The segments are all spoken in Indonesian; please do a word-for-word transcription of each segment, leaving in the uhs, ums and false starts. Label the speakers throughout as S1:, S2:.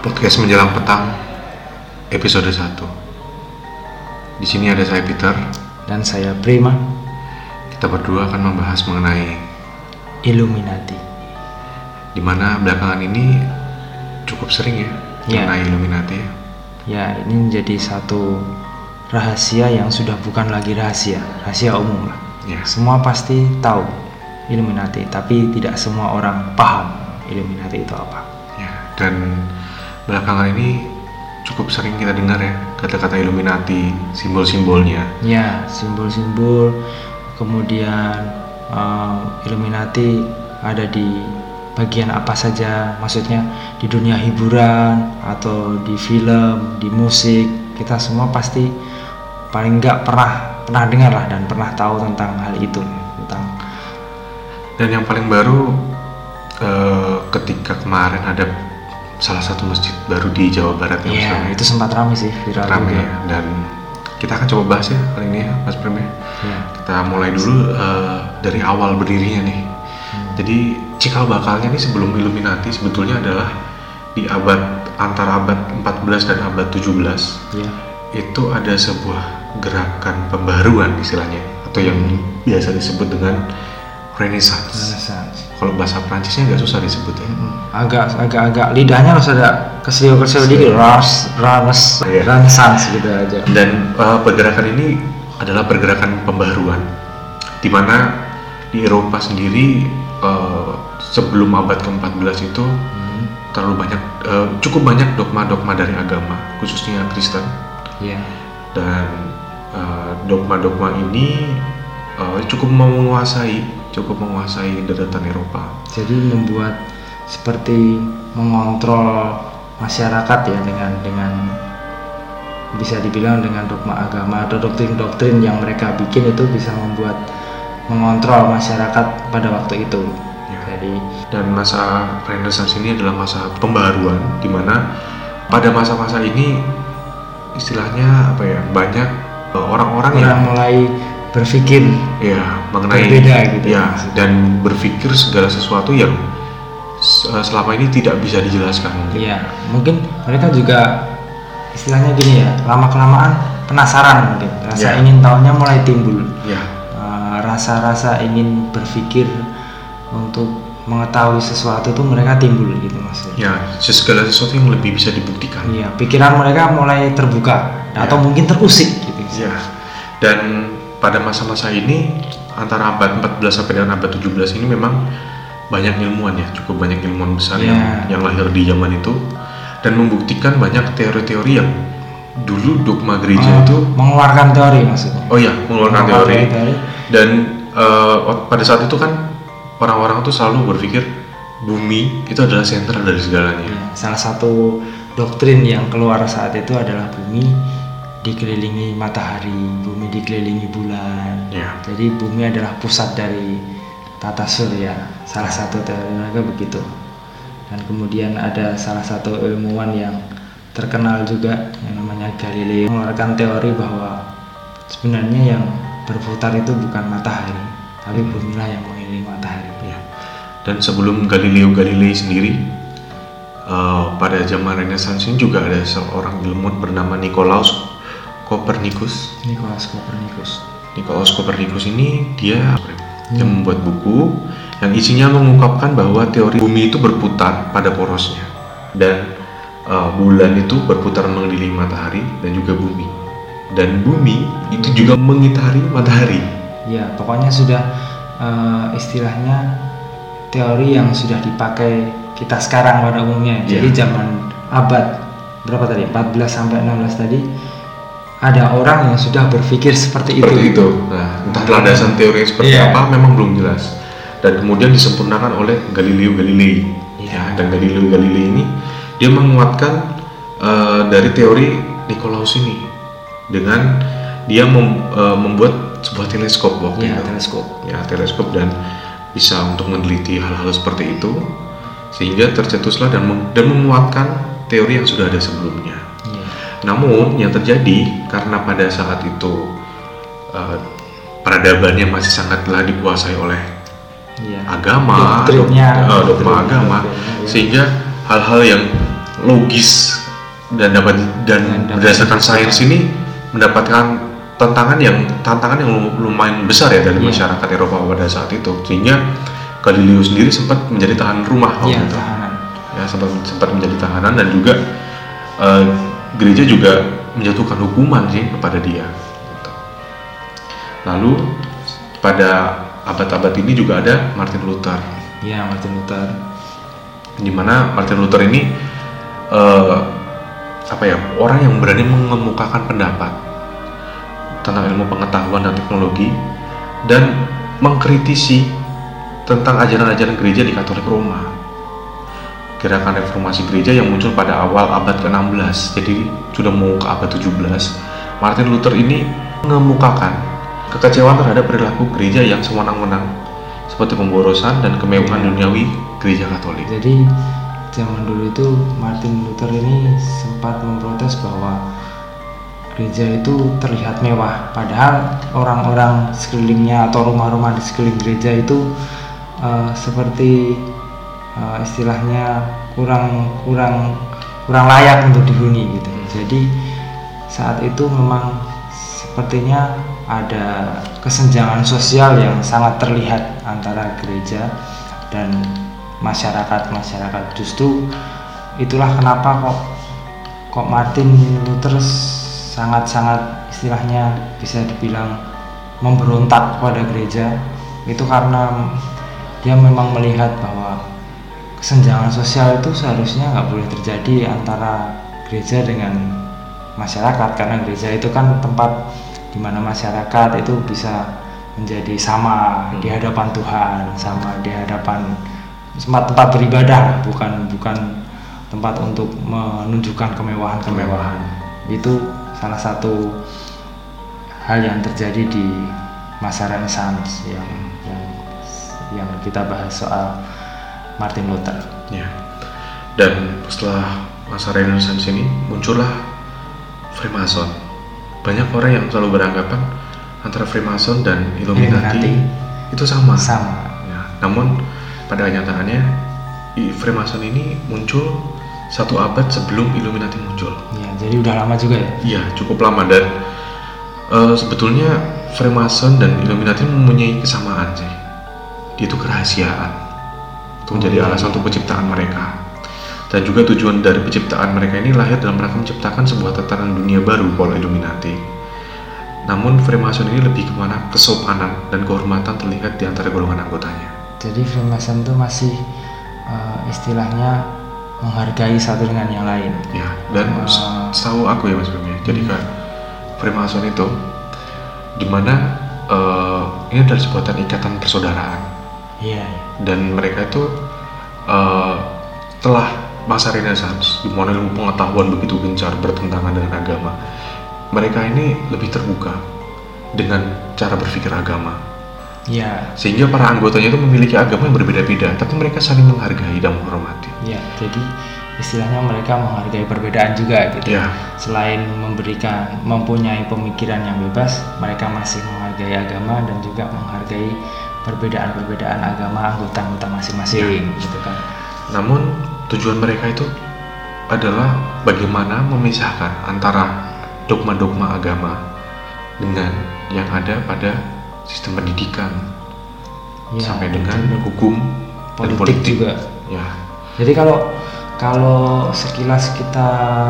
S1: Podcast Menjelang Petang episode satu. Di sini ada saya Peter
S2: dan saya Prima.
S1: Kita berdua akan membahas mengenai
S2: Illuminati.
S1: Dimana belakangan ini cukup sering ya,
S2: ya.
S1: mengenai Illuminati ya.
S2: Ya, ini menjadi satu rahasia yang sudah bukan lagi rahasia, rahasia umum lah.
S1: Ya.
S2: Semua pasti tahu Illuminati, tapi tidak semua orang paham Illuminati itu apa.
S1: Ya, dan belakangan ini cukup sering kita dengar ya kata-kata Illuminati, simbol-simbolnya.
S2: Ya, simbol-simbol. Kemudian um, Illuminati ada di bagian apa saja, maksudnya di dunia hiburan atau di film, di musik. Kita semua pasti paling nggak pernah pernah dengar lah dan pernah tahu tentang hal itu, tentang.
S1: Dan yang paling baru eh, ketika kemarin ada salah satu masjid baru di Jawa Barat yang
S2: Iya,
S1: yeah,
S2: itu sempat ramai sih, viral
S1: ramai
S2: juga.
S1: Ya. Dan kita akan coba bahas ya kali ini ya Mas Prim ya.
S2: Yeah.
S1: Kita mulai dulu uh, dari awal berdirinya nih. Hmm. Jadi cikal bakalnya nih sebelum Illuminati sebetulnya adalah di abad antara abad empat belas dan abad tujuh belas.
S2: Yeah.
S1: Itu ada sebuah gerakan pembaruan istilahnya atau yang hmm. biasa disebut dengan Renaissance.
S2: Renaissance.
S1: Kalau bahasa Prancisnya agak susah disebut ya.
S2: Hmm. Agak agak agak lidahnya harus ada keselio-keselio dikit, ras, ras,
S1: yeah.
S2: Renaissance gitu aja.
S1: Dan uh, pergerakan ini adalah pergerakan pembaruan, di mana di Eropa sendiri uh, sebelum abad ke empat belas itu hmm. terlalu banyak, uh, cukup banyak dogma-dogma dari agama, khususnya Kristen.
S2: Yeah.
S1: Dan uh, dogma-dogma ini uh, cukup menguasai, cukup menguasai daratan Eropa.
S2: Jadi membuat seperti mengontrol masyarakat ya dengan dengan bisa dibilang dengan dogma agama atau doktrin-doktrin yang mereka bikin itu bisa membuat mengontrol masyarakat pada waktu itu.
S1: Ya.
S2: Jadi
S1: dan masa Renaissance ini adalah masa pembaruan, di mana pada masa-masa ini istilahnya apa ya, banyak orang-orang yang
S2: mulai berpikir
S1: ya mengenai
S2: berbeda gitu
S1: ya, dan berpikir segala sesuatu yang selama ini tidak bisa dijelaskan.
S2: Iya, mungkin mereka juga istilahnya gini ya, lama kelamaan penasaran mungkin, rasa ya. ingin tahunya mulai timbul.
S1: Ya.
S2: Uh, rasa-rasa ingin berpikir untuk mengetahui sesuatu itu mereka timbul gitu maksudnya.
S1: Ya, segala sesuatu yang lebih bisa dibuktikan.
S2: Iya, pikiran mereka mulai terbuka ya. Atau mungkin terusik gitu.
S1: Ya. Dan pada masa-masa ini antara abad empat belas sampai dengan abad tujuh belas ini memang banyak ilmuwan ya, cukup banyak ilmuwan besar yeah. yang, yang lahir di zaman itu dan membuktikan banyak teori-teori yang dulu dogma gereja
S2: oh,
S1: itu
S2: mengeluarkan teori maksudnya.
S1: Oh iya, mengeluarkan teori. teori dan uh, pada saat itu kan orang-orang tuh selalu berpikir bumi itu adalah sentral dari segalanya.
S2: Yeah. Salah satu doktrin yang keluar saat itu adalah bumi dikelilingi matahari, bumi dikelilingi bulan. Yeah. Jadi bumi adalah pusat dari tata surya. Salah satu teori mereka begitu. Dan kemudian ada salah satu ilmuwan yang terkenal juga yang namanya Galileo mengeluarkan teori bahwa sebenarnya yang berputar itu bukan matahari, tapi bumi lah yang mengelilingi matahari.
S1: Yeah. Dan sebelum Galileo Galilei sendiri, uh, pada zaman Renaissance ini juga ada seorang ilmuwan bernama Nicolaus Copernicus.
S2: Nicolaus Copernicus.
S1: Nicolaus Copernicus ini dia hmm. yang membuat buku yang isinya mengungkapkan bahwa teori bumi itu berputar pada porosnya dan uh, bulan itu berputar mengelilingi matahari dan juga bumi, dan bumi itu juga mengitari matahari.
S2: Ya, pokoknya sudah uh, istilahnya teori yang sudah dipakai kita sekarang pada umumnya. Jadi yeah. zaman abad berapa tadi? empat belas sampai enam belas tadi. Ada orang yang sudah berpikir seperti,
S1: seperti
S2: itu.
S1: itu. Nah, entah landasan teori seperti yeah. apa memang belum jelas. Dan kemudian disempurnakan oleh Galileo Galilei. Yeah. Ya, dan Galileo Galilei ini dia menguatkan uh, dari teori Nicolaus ini dengan dia mem, uh, membuat sebuah teleskop waktu
S2: yeah,
S1: itu.
S2: teleskop.
S1: Ya, teleskop dan bisa untuk meneliti hal-hal seperti itu sehingga tercetuslah dan mem, dan menguatkan teori yang sudah ada sebelumnya. Namun yang terjadi karena pada saat itu uh, peradabannya masih sangatlah dikuasai oleh ya. agama,
S2: Doktrinnya,
S1: dogma, dogma agama, ya. Sehingga hal-hal yang logis dan dapat dan, dan berdasarkan sains ini mendapatkan tantangan yang tantangan yang lumayan besar ya dari yeah. masyarakat Eropa pada saat itu, sehingga Galileo sendiri sempat menjadi tahanan rumah waktu
S2: yeah,
S1: itu.
S2: Tahanan.
S1: Ya sempat sempat menjadi tahanan dan juga uh, gereja juga menjatuhkan hukuman sih kepada dia. Gitu. Lalu pada abad-abad ini juga ada Martin Luther.
S2: Ya, Martin Luther.
S1: Di mana Martin Luther ini uh, apa ya, orang yang berani mengemukakan pendapat tentang ilmu pengetahuan dan teknologi dan mengkritisi tentang ajaran-ajaran gereja di Katolik Roma. Gerakan reformasi gereja yang muncul pada awal abad ke enam belas, jadi sudah mau ke abad tujuh belas, Martin Luther ini mengemukakan kekecewaan terhadap perilaku gereja yang sewenang-wenang seperti pemborosan dan kemewahan duniawi gereja Katolik.
S2: Jadi zaman dulu itu Martin Luther ini sempat memprotes bahwa gereja itu terlihat mewah, padahal orang-orang sekelilingnya atau rumah-rumah di sekeliling gereja itu uh, seperti uh, istilahnya kurang kurang kurang layak untuk dihuni gitu. Jadi saat itu memang sepertinya ada kesenjangan sosial yang sangat terlihat antara gereja dan masyarakat-masyarakat. Justru itulah kenapa kok kok Martin Luther sangat-sangat istilahnya bisa dibilang memberontak kepada gereja. Itu karena dia memang melihat bahwa kesenjangan sosial itu seharusnya nggak boleh terjadi antara gereja dengan masyarakat, karena gereja itu kan tempat di mana masyarakat itu bisa menjadi sama di hadapan Tuhan, sama di hadapan tempat tempat beribadah, bukan bukan tempat untuk menunjukkan kemewahan-kemewahan. Itu salah satu hal yang terjadi di masa Renaissance yang yang yang kita bahas soal Martin Luther.
S1: Ya. Dan setelah masa Renaissance ini muncullah Freemason. Banyak orang yang selalu beranggapan antara Freemason dan Illuminati, Illuminati. itu sama.
S2: Sama.
S1: Ya. Namun pada kenyataannya Freemason ini muncul satu abad sebelum Illuminati muncul.
S2: Ya, jadi udah lama juga ya?
S1: Iya, cukup lama. Dan uh, sebetulnya Freemason dan Illuminati mempunyai kesamaan sih. Itu kerahasiaan. Itu menjadi oh, alasan iya. untuk penciptaan mereka. Dan juga tujuan dari penciptaan mereka ini lahir dalam rangka menciptakan sebuah tatanan dunia baru kalau Illuminati. Namun Freemason ini lebih kemana kesopanan dan kehormatan terlihat di antara golongan anggotanya.
S2: Jadi Freemason itu masih uh, istilahnya menghargai satu dengan yang lain.
S1: Ya, dan uh, setahu aku ya Mas Bim, jadi kan Freemason itu dimana uh, ini adalah sebutan ikatan persaudaraan.
S2: Iya.
S1: Dan mereka itu uh, telah masa Renaissance di mana ilmu pengetahuan begitu gencar bertentangan dengan agama. Mereka ini lebih terbuka dengan cara berpikir agama.
S2: Ya.
S1: Sehingga para anggotanya itu memiliki agama yang berbeda-beda, tapi mereka saling menghargai dan menghormati.
S2: Ya, jadi istilahnya mereka menghargai perbedaan juga gitu.
S1: Ya.
S2: Selain memberikan mempunyai pemikiran yang bebas, mereka masih menghargai agama dan juga menghargai perbedaan-perbedaan agama anggota-anggota masing-masing, ya. gitu kan.
S1: Namun tujuan mereka itu adalah bagaimana memisahkan antara dogma-dogma agama dengan yang ada pada sistem pendidikan, ya, sampai dengan hukum
S2: politik,
S1: dan politik
S2: juga.
S1: Ya.
S2: Jadi kalau kalau sekilas kita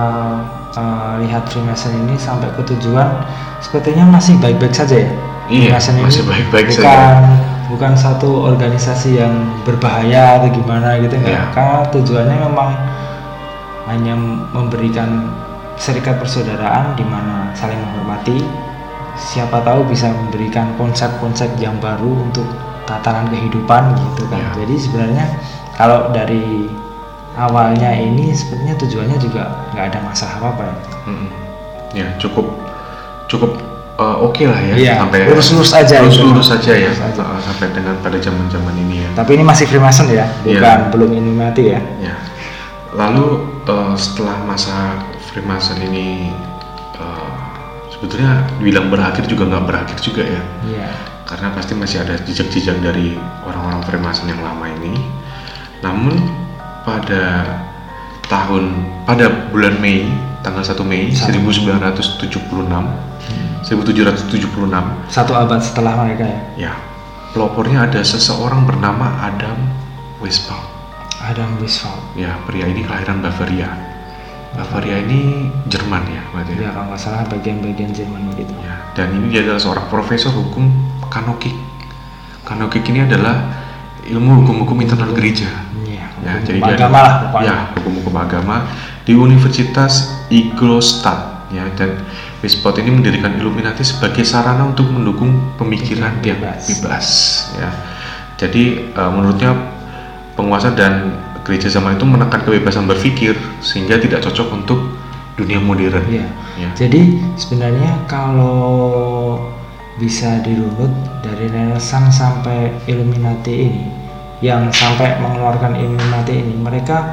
S2: uh, lihat Freemason ini sampai ke tujuan, sepertinya masih baik-baik saja ya.
S1: Iya,
S2: Freemason
S1: masih
S2: ini
S1: baik-baik
S2: bukan,
S1: saja.
S2: Bukan satu organisasi yang berbahaya atau gimana gitu enggak.
S1: Ya.
S2: Karena tujuannya memang hanya memberikan serikat persaudaraan di mana saling menghormati. Siapa tahu bisa memberikan konsep-konsep yang baru untuk tatanan kehidupan gitu kan. Ya. Jadi sebenarnya kalau dari awalnya ini sebenarnya tujuannya juga nggak ada masalah apa-apa ya.
S1: Hmm. Ya cukup cukup uh, oke okay lah ya,
S2: ya
S1: sampai
S2: lurus-lurus aja.
S1: Lurus-lurus saja ya aja. Uh, sampai dengan pada zaman-zaman ini ya.
S2: Tapi ini masih Freemason ya, bukan ya. belum Illuminati ya.
S1: Ya. Lalu uh, setelah masa Freemason ini sebetulnya dibilang berakhir juga nggak berakhir juga ya,
S2: yeah.
S1: karena pasti masih ada jejak-jejak dari orang-orang Freemason yang lama ini. Namun pada tahun pada bulan Mei, tanggal satu Mei seribu sembilan ratus tujuh puluh enam, hmm. seribu tujuh ratus tujuh puluh enam,
S2: satu abad setelah mereka ya.
S1: Ya, pelopornya ada seseorang bernama Adam Weishaupt.
S2: Adam Weishaupt.
S1: Ya, pria ini kelahiran Bavaria. Bavaria ini Jerman ya, berarti.
S2: Ya, kalau nggak salah bagian-bagian Jerman gitu.
S1: Ya, dan ini dia adalah seorang profesor hukum kanokik. Kanokik ini adalah ilmu hukum-hukum internal gereja.
S2: Ya,
S1: ya
S2: hukum
S1: jadi
S2: agama lah pokoknya.
S1: Ya, hukum-hukum agama di Universitas Ingolstadt ya, dan Weishaupt ini mendirikan Illuminati sebagai sarana untuk mendukung pemikiran yang bebas, bebas ya. Jadi uh, menurutnya penguasa dan gereja zaman itu menekan kebebasan berpikir sehingga tidak cocok untuk dunia modern.
S2: Ya. Ya. Jadi sebenarnya kalau bisa dirunut dari Renaissance sampai Illuminati ini, yang sampai mengeluarkan Illuminati ini, mereka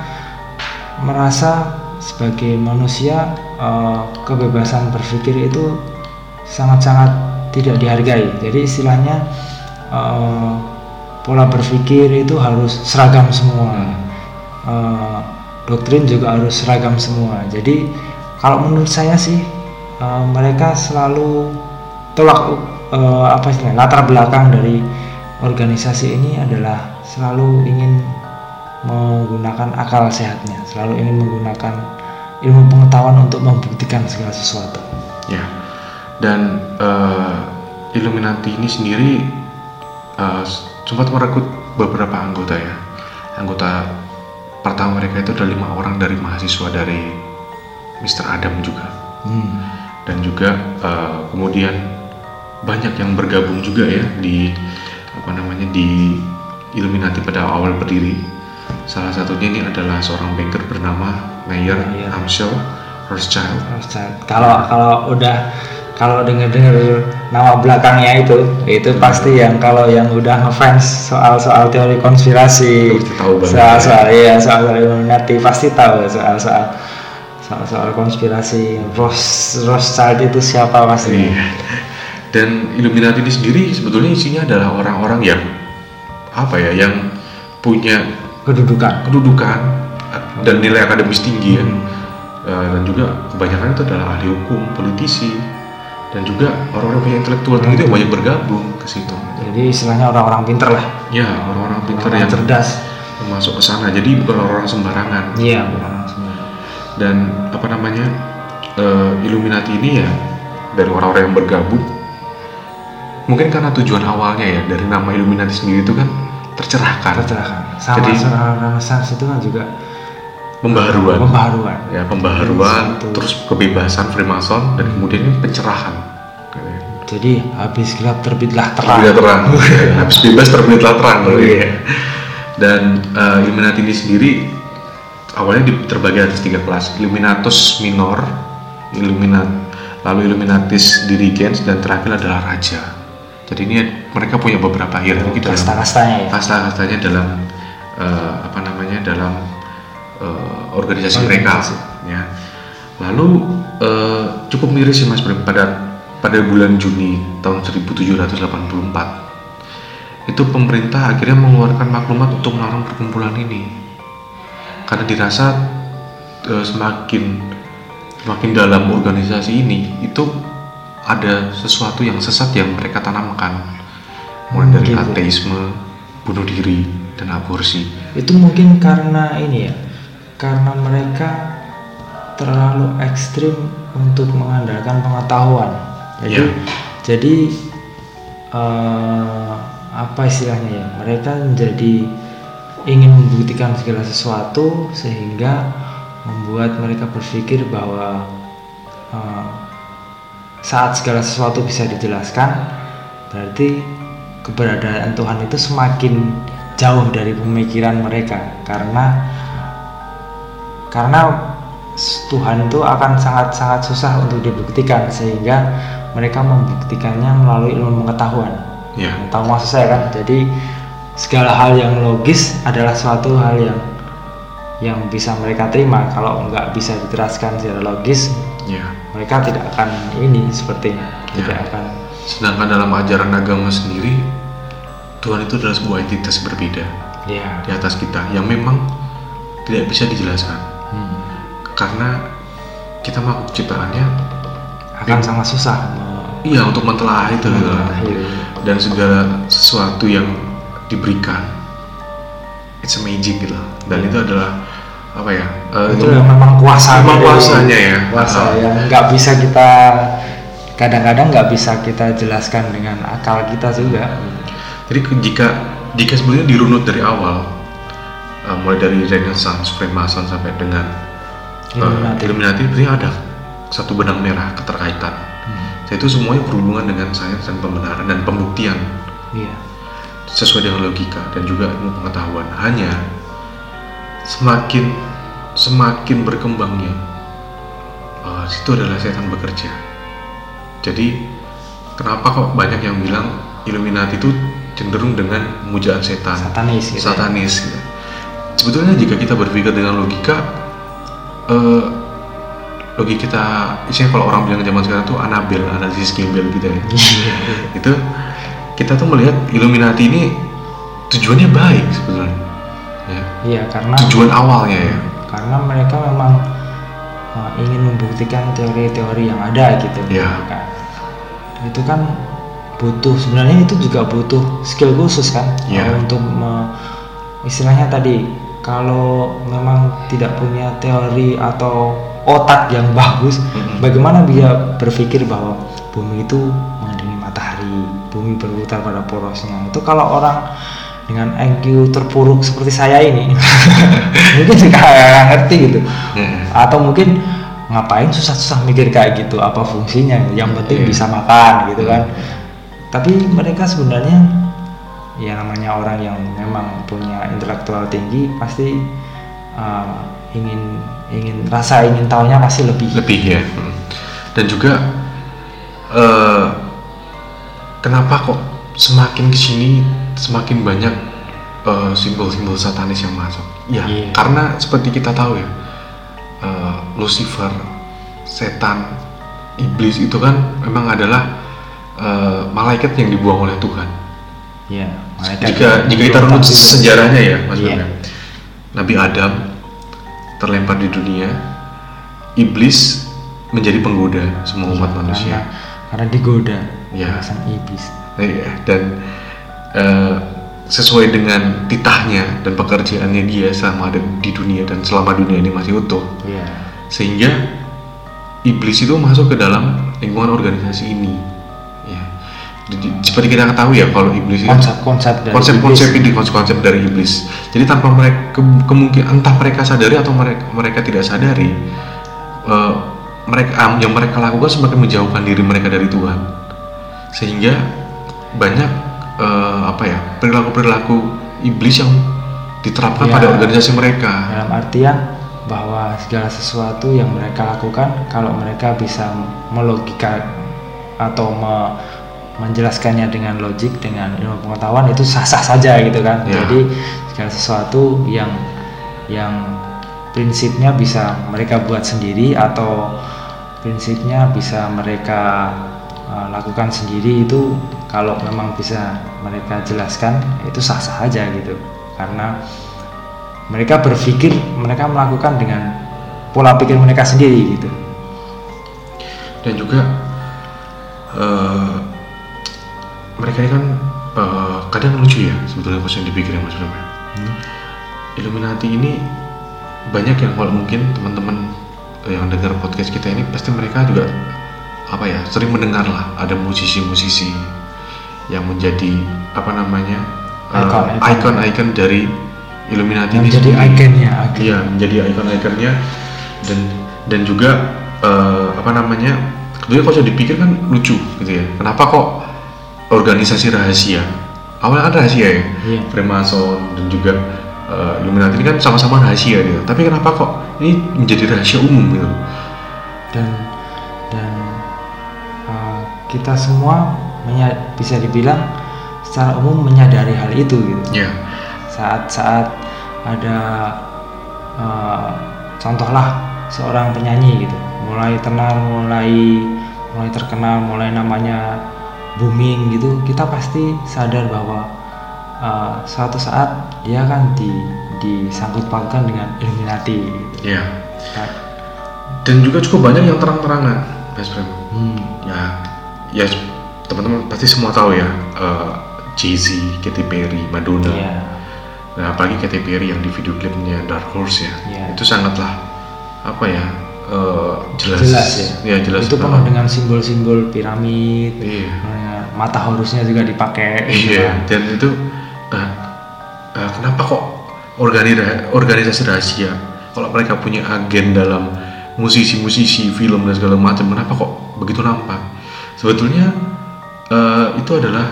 S2: merasa sebagai manusia uh, kebebasan berpikir itu sangat-sangat tidak dihargai. Jadi istilahnya uh, pola berpikir itu harus seragam semua, uh, doktrin juga harus seragam semua. Jadi kalau menurut saya sih uh, mereka selalu tolak uh, apa sih latar belakang dari organisasi ini adalah selalu ingin menggunakan akal sehatnya, selalu ingin menggunakan ilmu pengetahuan untuk membuktikan segala sesuatu.
S1: Ya, dan uh, Illuminati ini sendiri uh, sempat merekrut beberapa anggota ya. Anggota pertama mereka itu ada lima orang dari mahasiswa dari mister Adam juga, hmm. dan juga uh, kemudian banyak yang bergabung juga ya di apa namanya di Illuminati pada awal berdiri. Salah satunya ini adalah seorang banker bernama Mayer
S2: ya.
S1: Amschel Rothschild.
S2: Rothschild. Kalau kalau udah kalau dengar-dengar nama belakangnya itu, itu hmm. pasti yang kalau yang udah ngefans soal-soal teori konspirasi, soal-soal ya soal Illuminati pasti tahu soal-soal soal-soal konspirasi. Roth, Rothschild itu siapa pasti.
S1: Iya. Dan Illuminati ini sendiri sebetulnya isinya adalah orang-orang yang apa ya, yang punya
S2: kedudukan
S1: kedudukan dan nilai akademis tinggi ya, hmm. uh, dan juga kebanyakan itu adalah ahli hukum, politisi, dan juga orang-orang punya intelektual tinggi itu banyak bergabung ke situ.
S2: Jadi istilahnya orang-orang pinter lah.
S1: Ya, orang-orang pinter
S2: orang
S1: yang
S2: cerdas
S1: masuk ke sana. Jadi bukan orang-orang sembarangan.
S2: Iya, bukan orang sembarangan.
S1: Dan apa namanya uh, Illuminati ini ya dari orang-orang yang bergabung. Mungkin karena tujuan awalnya ya dari nama Illuminati sendiri itu kan tercerahkan.
S2: Tercerahkan. Sama
S1: jadi
S2: Renaissance itu kan juga
S1: pembaharuan.
S2: Pembaharuan.
S1: Ya, pembaharuan, Satu. terus kebebasan Freemason dan kemudian ini pencerahan.
S2: Jadi habis gelap terbitlah terang.
S1: Terbitlah terang. Habis bebas terbitlah terang. Oh, iya. Dan uh, Illuminati ini sendiri awalnya terbagi atas tiga kelas: Illuminatus Minor, Illuminat, lalu Illuminatis Dirigens, dan terakhir adalah Raja. Jadi ini mereka punya beberapa hierarki dalam
S2: kasta-kastanya ya.
S1: Kasta-kastanya dalam uh, apa namanya dalam uh, organisasi mereka ya. Lalu uh, cukup miris sih Mas Brim, pada pada bulan Juni tahun seribu tujuh ratus delapan puluh empat itu pemerintah akhirnya mengeluarkan maklumat untuk melarang perkumpulan ini karena dirasa uh, semakin semakin dalam organisasi ini itu ada sesuatu yang sesat yang mereka tanamkan, mulai dari gitu. Ateisme, bunuh diri, dan aborsi.
S2: Itu mungkin karena ini ya, karena mereka terlalu ekstrim untuk mengandalkan pengetahuan. Jadi, yeah. jadi uh, apa istilahnya ya? Mereka menjadi ingin membuktikan segala sesuatu sehingga membuat mereka berpikir bahwa uh, saat segala sesuatu bisa dijelaskan, berarti keberadaan Tuhan itu semakin jauh dari pemikiran mereka, karena karena Tuhan itu akan sangat-sangat susah untuk dibuktikan, sehingga mereka membuktikannya melalui ilmu pengetahuan.
S1: Ya.
S2: Tahu maksud saya kan? Jadi segala hal yang logis adalah suatu hal yang yang bisa mereka terima. Kalau nggak bisa diteraskan secara logis, ya. Mereka tidak akan ini sepertinya, ya. Tidak akan.
S1: Sedangkan dalam ajaran agama sendiri, Tuhan itu adalah sebuah entitas berbeda, ya. Di atas kita yang memang tidak bisa dijelaskan. Hmm. karena kita makhluk ciptaannya
S2: akan eh, sangat susah.
S1: Iya, untuk mentelaah itu gitu. Dan segala sesuatu yang diberikan it's amazing gitu. Dan yeah. itu adalah apa ya? Uh,
S2: itu memang kuasa.
S1: Memang kuasanya ya.
S2: Kuasa uh, yang nggak bisa kita kadang-kadang nggak bisa kita jelaskan dengan akal kita juga.
S1: Jadi jika jika sebenarnya dirunut dari awal, uh, mulai dari Renaissance, Freemason sampai dengan uh, Illuminati, sebenarnya ada satu benang merah keterkaitan. Hmm. Itu semuanya berhubungan dengan sains dan pembenaran dan pembuktian.
S2: Yeah.
S1: Sesuai dengan logika dan juga ilmu pengetahuan. Hanya semakin semakin berkembangnya, uh, itu adalah setan bekerja. Jadi kenapa kok banyak yang bilang Illuminati itu cenderung dengan pemujaan setan,
S2: satanis, gitu
S1: satanis. Ya. Gitu. Sebetulnya jika kita berpikir dengan logika, uh, logika kita, isinya kalau orang bilang zaman sekarang tuh Anabel, analisis gembel gitu ya. Itu kita tuh melihat Illuminati ini tujuannya baik sebetulnya. Ya.
S2: Iya, karena
S1: tujuan awalnya ya.
S2: Karena mereka memang uh, ingin membuktikan teori-teori yang ada gitu.
S1: Ya.
S2: Kan. Itu kan butuh, sebenarnya itu juga butuh skill khusus kan,
S1: ya.
S2: uh, untuk me, istilahnya tadi kalau memang tidak punya teori atau otak yang bagus, mm-hmm. bagaimana dia berpikir bahwa bumi itu mengelilingi matahari, bumi berputar pada porosnya. Itu kalau orang dengan I Q terpuruk seperti saya ini mungkin nggak ngerti gitu, mm-hmm. atau mungkin ngapain susah-susah mikir kayak gitu, apa fungsinya, yang penting yeah. bisa makan gitu kan. Mm-hmm. Tapi mereka sebenarnya ya namanya orang yang memang punya intelektual tinggi pasti uh, ingin ingin rasa ingin tahunya pasti lebih
S1: lebih ya. Hmm. Dan juga uh, kenapa kok semakin kesini semakin banyak uh, simbol-simbol satanis yang masuk ya, yeah. karena seperti kita tahu ya, uh, Lucifer, setan, iblis itu kan memang adalah uh, malaikat yang dibuang oleh Tuhan.
S2: Yeah,
S1: jika jika kita runut sejarahnya ya Mas yeah. Nabi Adam terlempar di dunia, iblis menjadi penggoda semua umat ya, manusia.
S2: Karena, karena digoda
S1: ya.
S2: Sang iblis.
S1: Ya, dan uh, sesuai dengan titahnya dan pekerjaannya dia selama ada di dunia dan selama dunia ini masih utuh.
S2: Ya.
S1: Sehingga iblis itu masuk ke dalam lingkungan organisasi ini. Ya. Jadi, seperti kita ketahui ya kalau iblis
S2: konsep-konsep dari
S1: konsep-konsep
S2: iblis.
S1: ini konsep-konsep dari iblis. Jadi tanpa mereka ke, kemungkinan entah mereka sadari atau mereka mereka tidak sadari, uh, mereka yang mereka lakukan semakin menjauhkan diri mereka dari Tuhan, sehingga banyak uh, apa ya perilaku-perilaku iblis yang diterapkan ya, pada organisasi mereka.
S2: Dalam artian bahwa segala sesuatu yang mereka lakukan kalau mereka bisa melogika atau me menjelaskannya dengan logik, dengan ilmu pengetahuan itu sah-sah saja gitu kan. Ya. Jadi segala sesuatu yang yang prinsipnya bisa mereka buat sendiri atau prinsipnya bisa mereka uh, lakukan sendiri, itu kalau memang bisa mereka jelaskan itu sah-sah aja gitu. Karena mereka berpikir, mereka melakukan dengan pola pikir mereka sendiri gitu.
S1: Dan juga uh, mereka ini kan uh, kadang lucu ya sebetulnya pas yang dipikir ya Mas Bram. Hmm. Illuminati ini banyak yang kalau mungkin teman-teman yang dengar podcast kita ini pasti mereka juga apa ya sering mendengar lah ada musisi-musisi yang menjadi apa namanya uh, ikon-ikon dari Illuminati
S2: yang
S1: ini
S2: menjadi ikonnya,
S1: iya menjadi ikon-ikonnya dan dan juga uh, apa namanya kemudian kalau dipikir kan lucu gitu ya, kenapa kok organisasi rahasia awalnya kan rahasia ya, yeah. Freemason dan juga uh, Illuminati ini kan sama-sama rahasia gitu, tapi kenapa kok ini menjadi rahasia umum gitu,
S2: dan dan uh, kita semua menya- bisa dibilang secara umum menyadari hal itu gitu.
S1: Yeah.
S2: Saat-saat ada uh, contohlah seorang penyanyi gitu mulai tenar, mulai mulai terkenal, mulai namanya booming gitu, kita pasti sadar bahwa uh, suatu saat dia akan di disangkut pautkan dengan Illuminati gitu.
S1: Yeah.
S2: Nah,
S1: dan juga cukup banyak yang terang-terangan, Mas Prem.
S2: Hmm.
S1: Ya, ya teman-teman pasti semua tahu ya, uh, Jay-Z, Katy Perry, Madonna.
S2: Yeah.
S1: Nah, apalagi Katy Perry yang di video klipnya Dark Horse ya,
S2: yeah.
S1: itu sangatlah apa ya, uh, jelas.
S2: Jelas ya.
S1: Ya jelas.
S2: Itu penuh dengan simbol-simbol piramid.
S1: Iya.
S2: Mata Horusnya juga dipakai.
S1: Iya. Dan itu, nah, uh, kenapa kok organi- organisasi rahasia? Kalau mereka punya agen dalam musisi-musisi, film dan segala macam, kenapa kok begitu nampak? Sebetulnya uh, itu adalah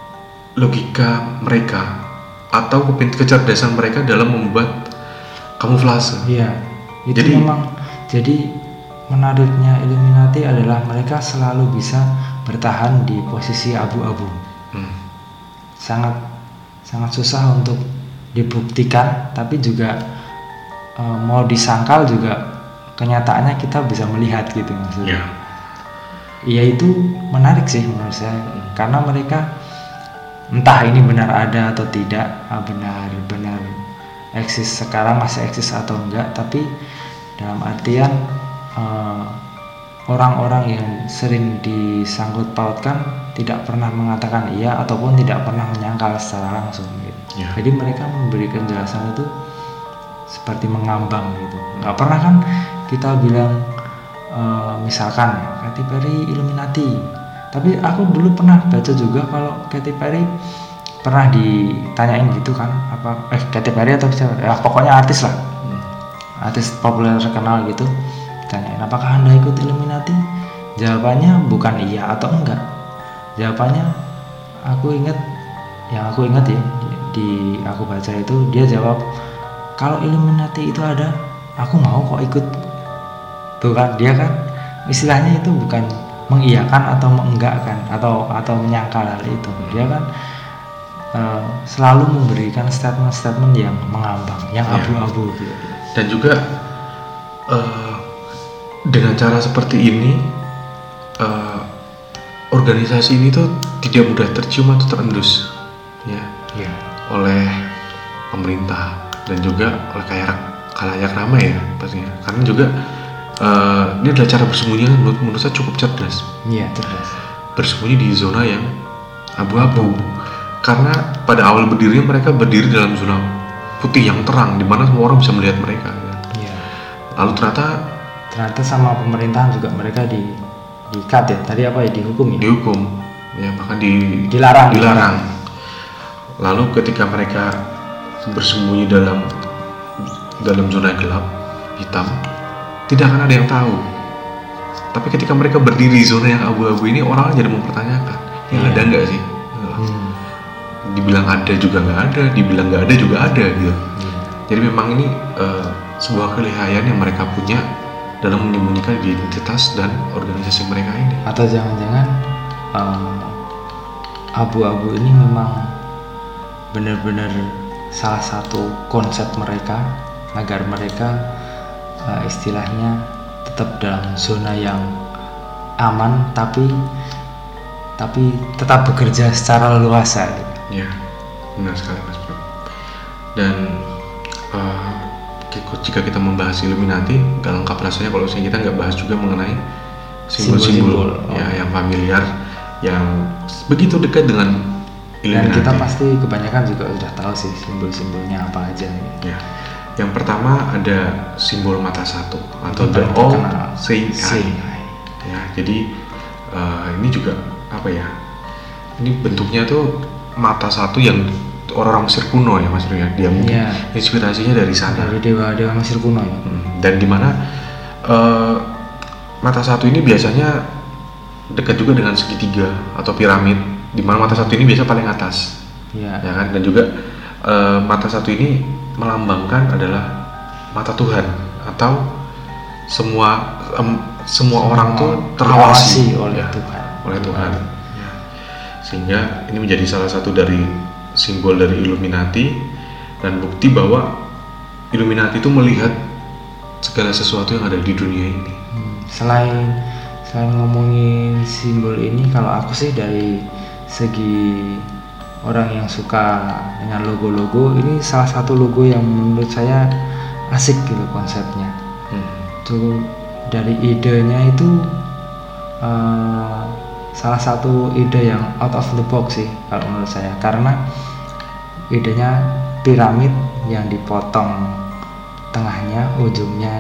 S1: logika mereka atau kecerdasan mereka dalam membuat kamuflase.
S2: Iya, itu
S1: jadi,
S2: memang jadi menariknya Illuminati adalah mereka selalu bisa bertahan di posisi abu-abu. Hmm. Sangat sangat susah untuk dibuktikan, tapi juga e, mau disangkal juga kenyataannya kita bisa melihat gitu maksudnya.
S1: Yeah.
S2: Iya itu menarik sih menurut saya, karena mereka entah ini benar ada atau tidak, benar-benar eksis sekarang masih eksis atau enggak, tapi dalam artian uh, orang-orang yang sering disangkut pautkan tidak pernah mengatakan iya ataupun tidak pernah menyangkal secara langsung gitu. Yeah. Jadi mereka memberikan jelasan itu seperti mengambang gitu. Nggak pernah kan kita bilang uh, misalkan Katy Perry Illuminati, tapi aku dulu pernah baca juga kalau Katy Perry pernah ditanyain gitu kan, apa eh Katy Perry atau siapa ya, pokoknya artis lah, hmm. artis populer terkenal gitu, ditanyain apakah Anda ikut Illuminati, jawabannya bukan iya atau enggak, jawabannya aku ingat yang aku ingat ya di, di aku baca itu dia jawab kalau Illuminati itu ada aku mau kok ikut. Tuh kan dia kan istilahnya itu bukan mengiyakan atau mengenggakkan atau atau menyangkal hal itu, dia kan uh, selalu memberikan statement-statement yang mengambang, yang ya. abu-abu gitu.
S1: Dan juga uh, dengan cara seperti ini uh, organisasi ini tuh tidak mudah tercium atau terendus ya, ya. oleh pemerintah dan juga oleh kayak khalayak ramai ya pastinya, karena juga Uh, ini adalah cara bersembunyi yang menurut, menurut saya cukup cerdas.
S2: Iya, cerdas.
S1: Bersembunyi di zona yang abu-abu. Karena pada awal berdiri mereka berdiri dalam zona putih yang terang, di mana semua orang bisa melihat mereka. Iya. Lalu ternyata
S2: ternyata sama pemerintahan juga mereka di di cut ya. Tadi apa ya, dihukum ya?
S1: Dihukum. Ya bahkan di
S2: dilarang.
S1: Dilarang. Lalu ketika mereka bersembunyi dalam dalam zona gelap, hitam, tidak akan ada yang tahu. Tapi ketika mereka berdiri di zona yang abu-abu ini, orang jadi mempertanyakan, yang yeah. ada nggak sih? Hmm. Dibilang ada juga nggak ada, dibilang nggak ada juga ada gitu. Hmm. Jadi memang ini uh, sebuah kelihayan yang mereka punya dalam menyembunyikan identitas dan organisasi mereka ini.
S2: Atau jangan-jangan uh, abu-abu ini memang benar-benar salah satu konsep mereka agar mereka Uh, istilahnya tetap dalam zona yang aman, tapi tapi tetap bekerja secara leluasa.
S1: Ya, benar sekali Mas Bro. Dan uh, jika kita membahas Illuminati, nggak lengkap rasanya kalau kita nggak bahas juga mengenai simbol-simbol oh. ya yang familiar, yang begitu dekat dengan Illuminati.
S2: Dan kita pasti kebanyakan juga sudah tahu sih simbol-simbolnya apa aja.
S1: Ya. Yang pertama ada simbol mata satu atau the all seeing eye. Ya, jadi uh, ini juga apa ya? Ini bentuknya tuh mata satu yang orang-orang Mesir kuno ya Mas Ria. Dia mungkin ya. inspirasinya dari sana.
S2: Dari dewa-dewa Mesir kuno ya.
S1: Hmm. Dan di mana uh, mata satu ini biasanya dekat juga dengan segitiga atau piramid. Di mana mata satu ini biasa paling atas. Ya, ya kan? Dan juga uh, mata satu ini melambangkan adalah mata Tuhan atau semua um, semua, semua orang tuh terawasi
S2: oleh
S1: ya,
S2: Tuhan
S1: oleh Tuhan ya. Sehingga ini menjadi salah satu dari simbol dari Illuminati dan bukti bahwa Illuminati itu melihat segala sesuatu yang ada di dunia ini.
S2: Hmm, selain selain ngomongin simbol ini, kalau aku sih dari segi orang yang suka dengan logo-logo, ini salah satu logo yang menurut saya asik gitu konsepnya. Hmm. Cukup dari idenya itu uh, salah satu ide yang out of the box sih kalau menurut saya, karena idenya piramid yang dipotong tengahnya, ujungnya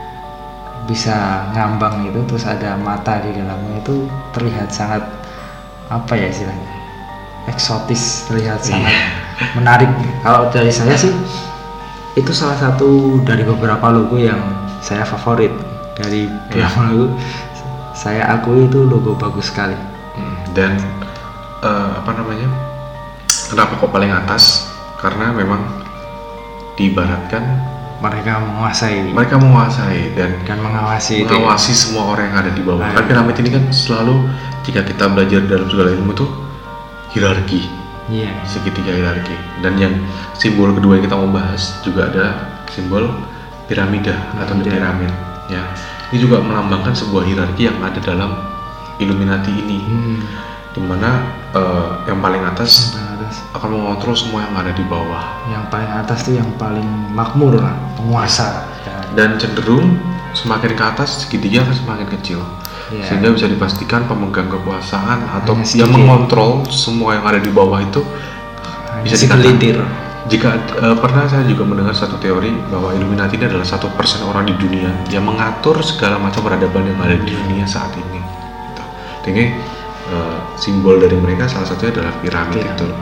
S2: bisa ngambang itu, terus ada mata di dalamnya, itu terlihat sangat apa ya istilahnya, eksotis, terlihat sangat menarik. Kalau dari saya sih itu salah satu dari beberapa logo yang saya favorit. Dari beberapa yeah. logo saya akui itu logo bagus sekali.
S1: Dan uh, apa namanya, kenapa kok paling atas? Karena memang diibaratkan
S2: mereka menguasai
S1: mereka menguasai dan
S2: kan mengawasi
S1: mengawasi
S2: itu, ya?
S1: semua orang yang ada di bawah.
S2: Nah,
S1: kan piramid ini kan selalu jika kita belajar dalam segala ilmu tuh hierarki,
S2: yeah.
S1: segitiga hierarki. Dan yang simbol kedua yang kita mau bahas juga ada simbol piramida atau the pyramid, ya. Ini juga melambangkan sebuah hierarki yang ada dalam Illuminati ini, hmm. dimana uh, yang paling atas, atas akan mengontrol semua yang ada di bawah.
S2: Yang paling atas tuh yang paling makmur lah, penguasa.
S1: Dan cenderung semakin ke atas segitiga akan semakin kecil. Yeah. Sehingga bisa dipastikan pemegang kekuasaan atau yang mengontrol semua yang ada di bawah itu hanya bisa dikatakan. Jika uh, pernah saya juga mendengar satu teori bahwa Illuminati ini adalah satu persen orang di dunia yang mengatur segala macam peradaban yang ada di dunia saat ini. Gitu. Jadi uh, simbol dari mereka salah satunya adalah piramid yeah. itu.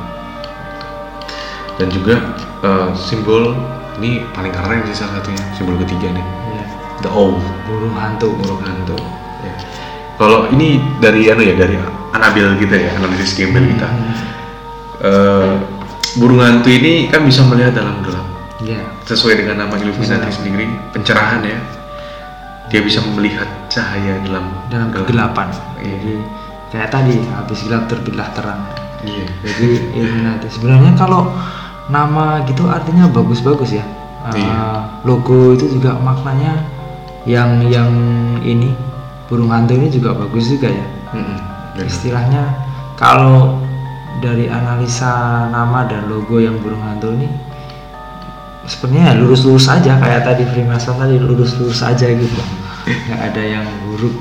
S1: Dan juga uh, simbol ini paling keren sih salah satunya, simbol ketiga nih, yeah. the owl,
S2: burung hantu,
S1: burung hantu. Ya. Kalau ini dari anu ya, dari Annabelle kita ya, analisis gembel kita. Hmm. Uh, burung hantu ini kan bisa melihat dalam gelap.
S2: Yeah.
S1: Sesuai dengan nama Illuminati yeah. sendiri, pencerahan ya. Dia bisa melihat cahaya dalam
S2: dalam kegelapan. Yeah. Jadi kayak tadi habis gelap terbitlah terang.
S1: Iya. Yeah.
S2: Jadi Illuminati sebenarnya kalau nama gitu artinya bagus-bagus ya. Uh, yeah. Logo itu juga maknanya yang yang ini burung hantu ini juga bagus juga ya. Mm-hmm. Istilahnya kalau dari analisa nama dan logo yang burung hantu ini sebenarnya lurus-lurus aja kayak tadi Freemason tadi, lurus-lurus aja gitu, nggak ada yang buruk.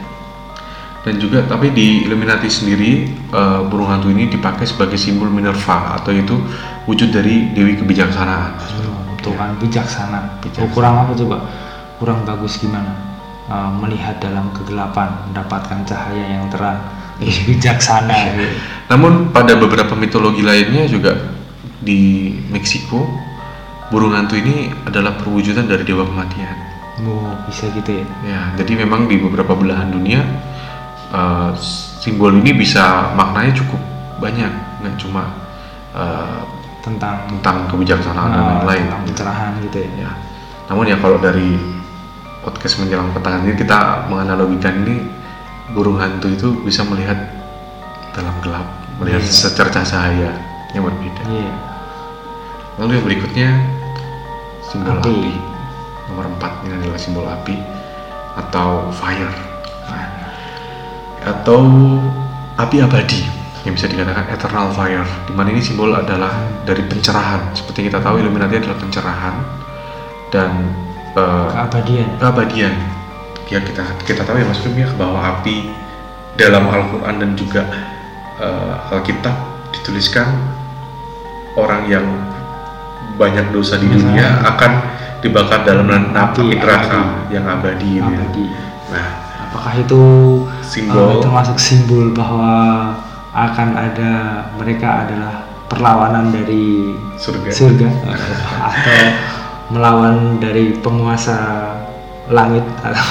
S1: Dan juga tapi di Illuminati sendiri uh, burung hantu ini dipakai sebagai simbol Minerva, atau itu wujud dari Dewi Kebijaksanaan.
S2: Oh, Tuhan bijaksana. bijaksana. Oh, kurang apa coba? Kurang bagus gimana? Uh, melihat dalam kegelapan, mendapatkan cahaya yang terang, terus bijaksana. Gitu.
S1: Namun pada beberapa mitologi lainnya juga di Meksiko, burung hantu ini adalah perwujudan dari dewa kematian.
S2: Oh, bisa gitu ya?
S1: Ya, jadi memang di beberapa belahan dunia uh, simbol ini bisa maknanya cukup banyak, nggak cuma uh,
S2: tentang
S1: tentang kebijaksanaan uh, dan lain-lain,
S2: tentang pencerahan gitu ya.
S1: ya. Namun ya kalau dari podcast menjelang petang ini kita menganalogikan ini, burung hantu itu bisa melihat dalam gelap, melihat yeah. secercah cahaya yang berbeda.
S2: Yeah.
S1: Lalu yang berikutnya simbol api.
S2: api.
S1: Nomor empat ini adalah simbol api atau fire, nah, atau api abadi yang bisa dikatakan eternal fire. Di mana ini simbol adalah dari pencerahan. Seperti kita tahu Illuminati adalah pencerahan dan uh,
S2: keabadian.
S1: Keabadian. Ya kita kita tahu ya Mas Fim ya, bahwa api dalam Al-Quran dan juga uh, Alkitab dituliskan orang yang banyak dosa di dunia hmm. akan dibakar dalam api neraka yang abadi,
S2: abadi.
S1: Ya. Nah,
S2: apakah itu
S1: simbol
S2: uh, termasuk simbol bahwa akan ada mereka adalah perlawanan dari
S1: surga,
S2: surga atau melawan dari penguasa langit?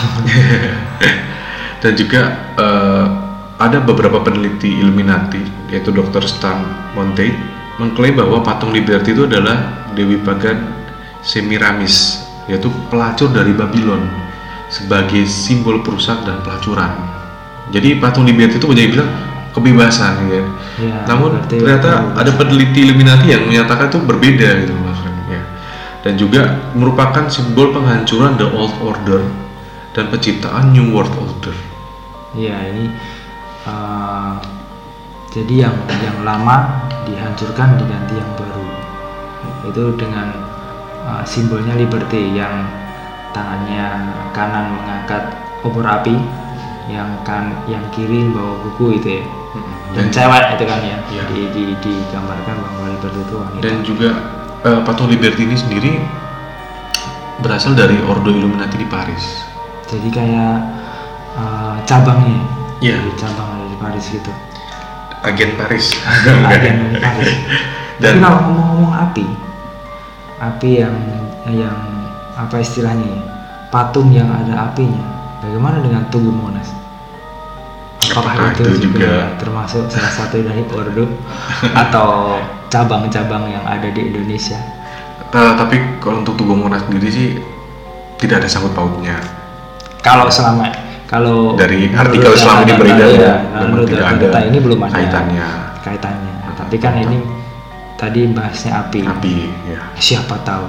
S1: Dan juga uh, ada beberapa peneliti Illuminati, yaitu dokter Stan Monteith, mengklaim bahwa patung Liberty itu adalah Dewi Pagan Semiramis, yaitu pelacur dari Babylon, sebagai simbol perusak dan pelacuran. Jadi patung Liberty itu menjadi bilang kebebasan, ya. Ya, namun ternyata ada peneliti Illuminati yang menyatakan itu berbeda, gitu, Mas Rem, ya. Dan juga merupakan simbol penghancuran the old order dan penciptaan new world order.
S2: Ya, ini uh, jadi yang yang lama dihancurkan diganti yang baru. Itu dengan uh, simbolnya liberty yang tangannya kanan mengangkat obor api, yang kan yang kiri bawa buku itu ya. Hmm. Dan, dan cewek itu kan ya, ya. Di, di, digambarkan bahwa Liberty itu wanita.
S1: Dan juga uh, patung Liberty ini sendiri berasal dari Ordo Illuminati di Paris.
S2: Jadi kayak uh, cabangnya,
S1: ya.
S2: Jadi cabang dari Paris gitu.
S1: Agen Paris.
S2: Agen, agen Paris. Dan tapi kalau ngomong-ngomong api, api yang yang apa istilahnya ya, patung yang ada apinya, bagaimana dengan Tugu Monas? Apakah
S1: Apakah
S2: itu,
S1: itu juga,
S2: juga termasuk salah satu dari Ordo atau cabang-cabang yang ada di Indonesia?
S1: Uh, tapi kalau untuk Tugu Monas sendiri sih tidak ada sangkut pautnya.
S2: Kalau selama kalau
S1: dari artikel selama ini beredar ya,
S2: memang tidak ada
S1: ini
S2: belum ada
S1: kaitannya.
S2: Kaitannya. Nah, tapi kan ini tadi bahasnya api.
S1: Api, ya.
S2: Siapa tahu.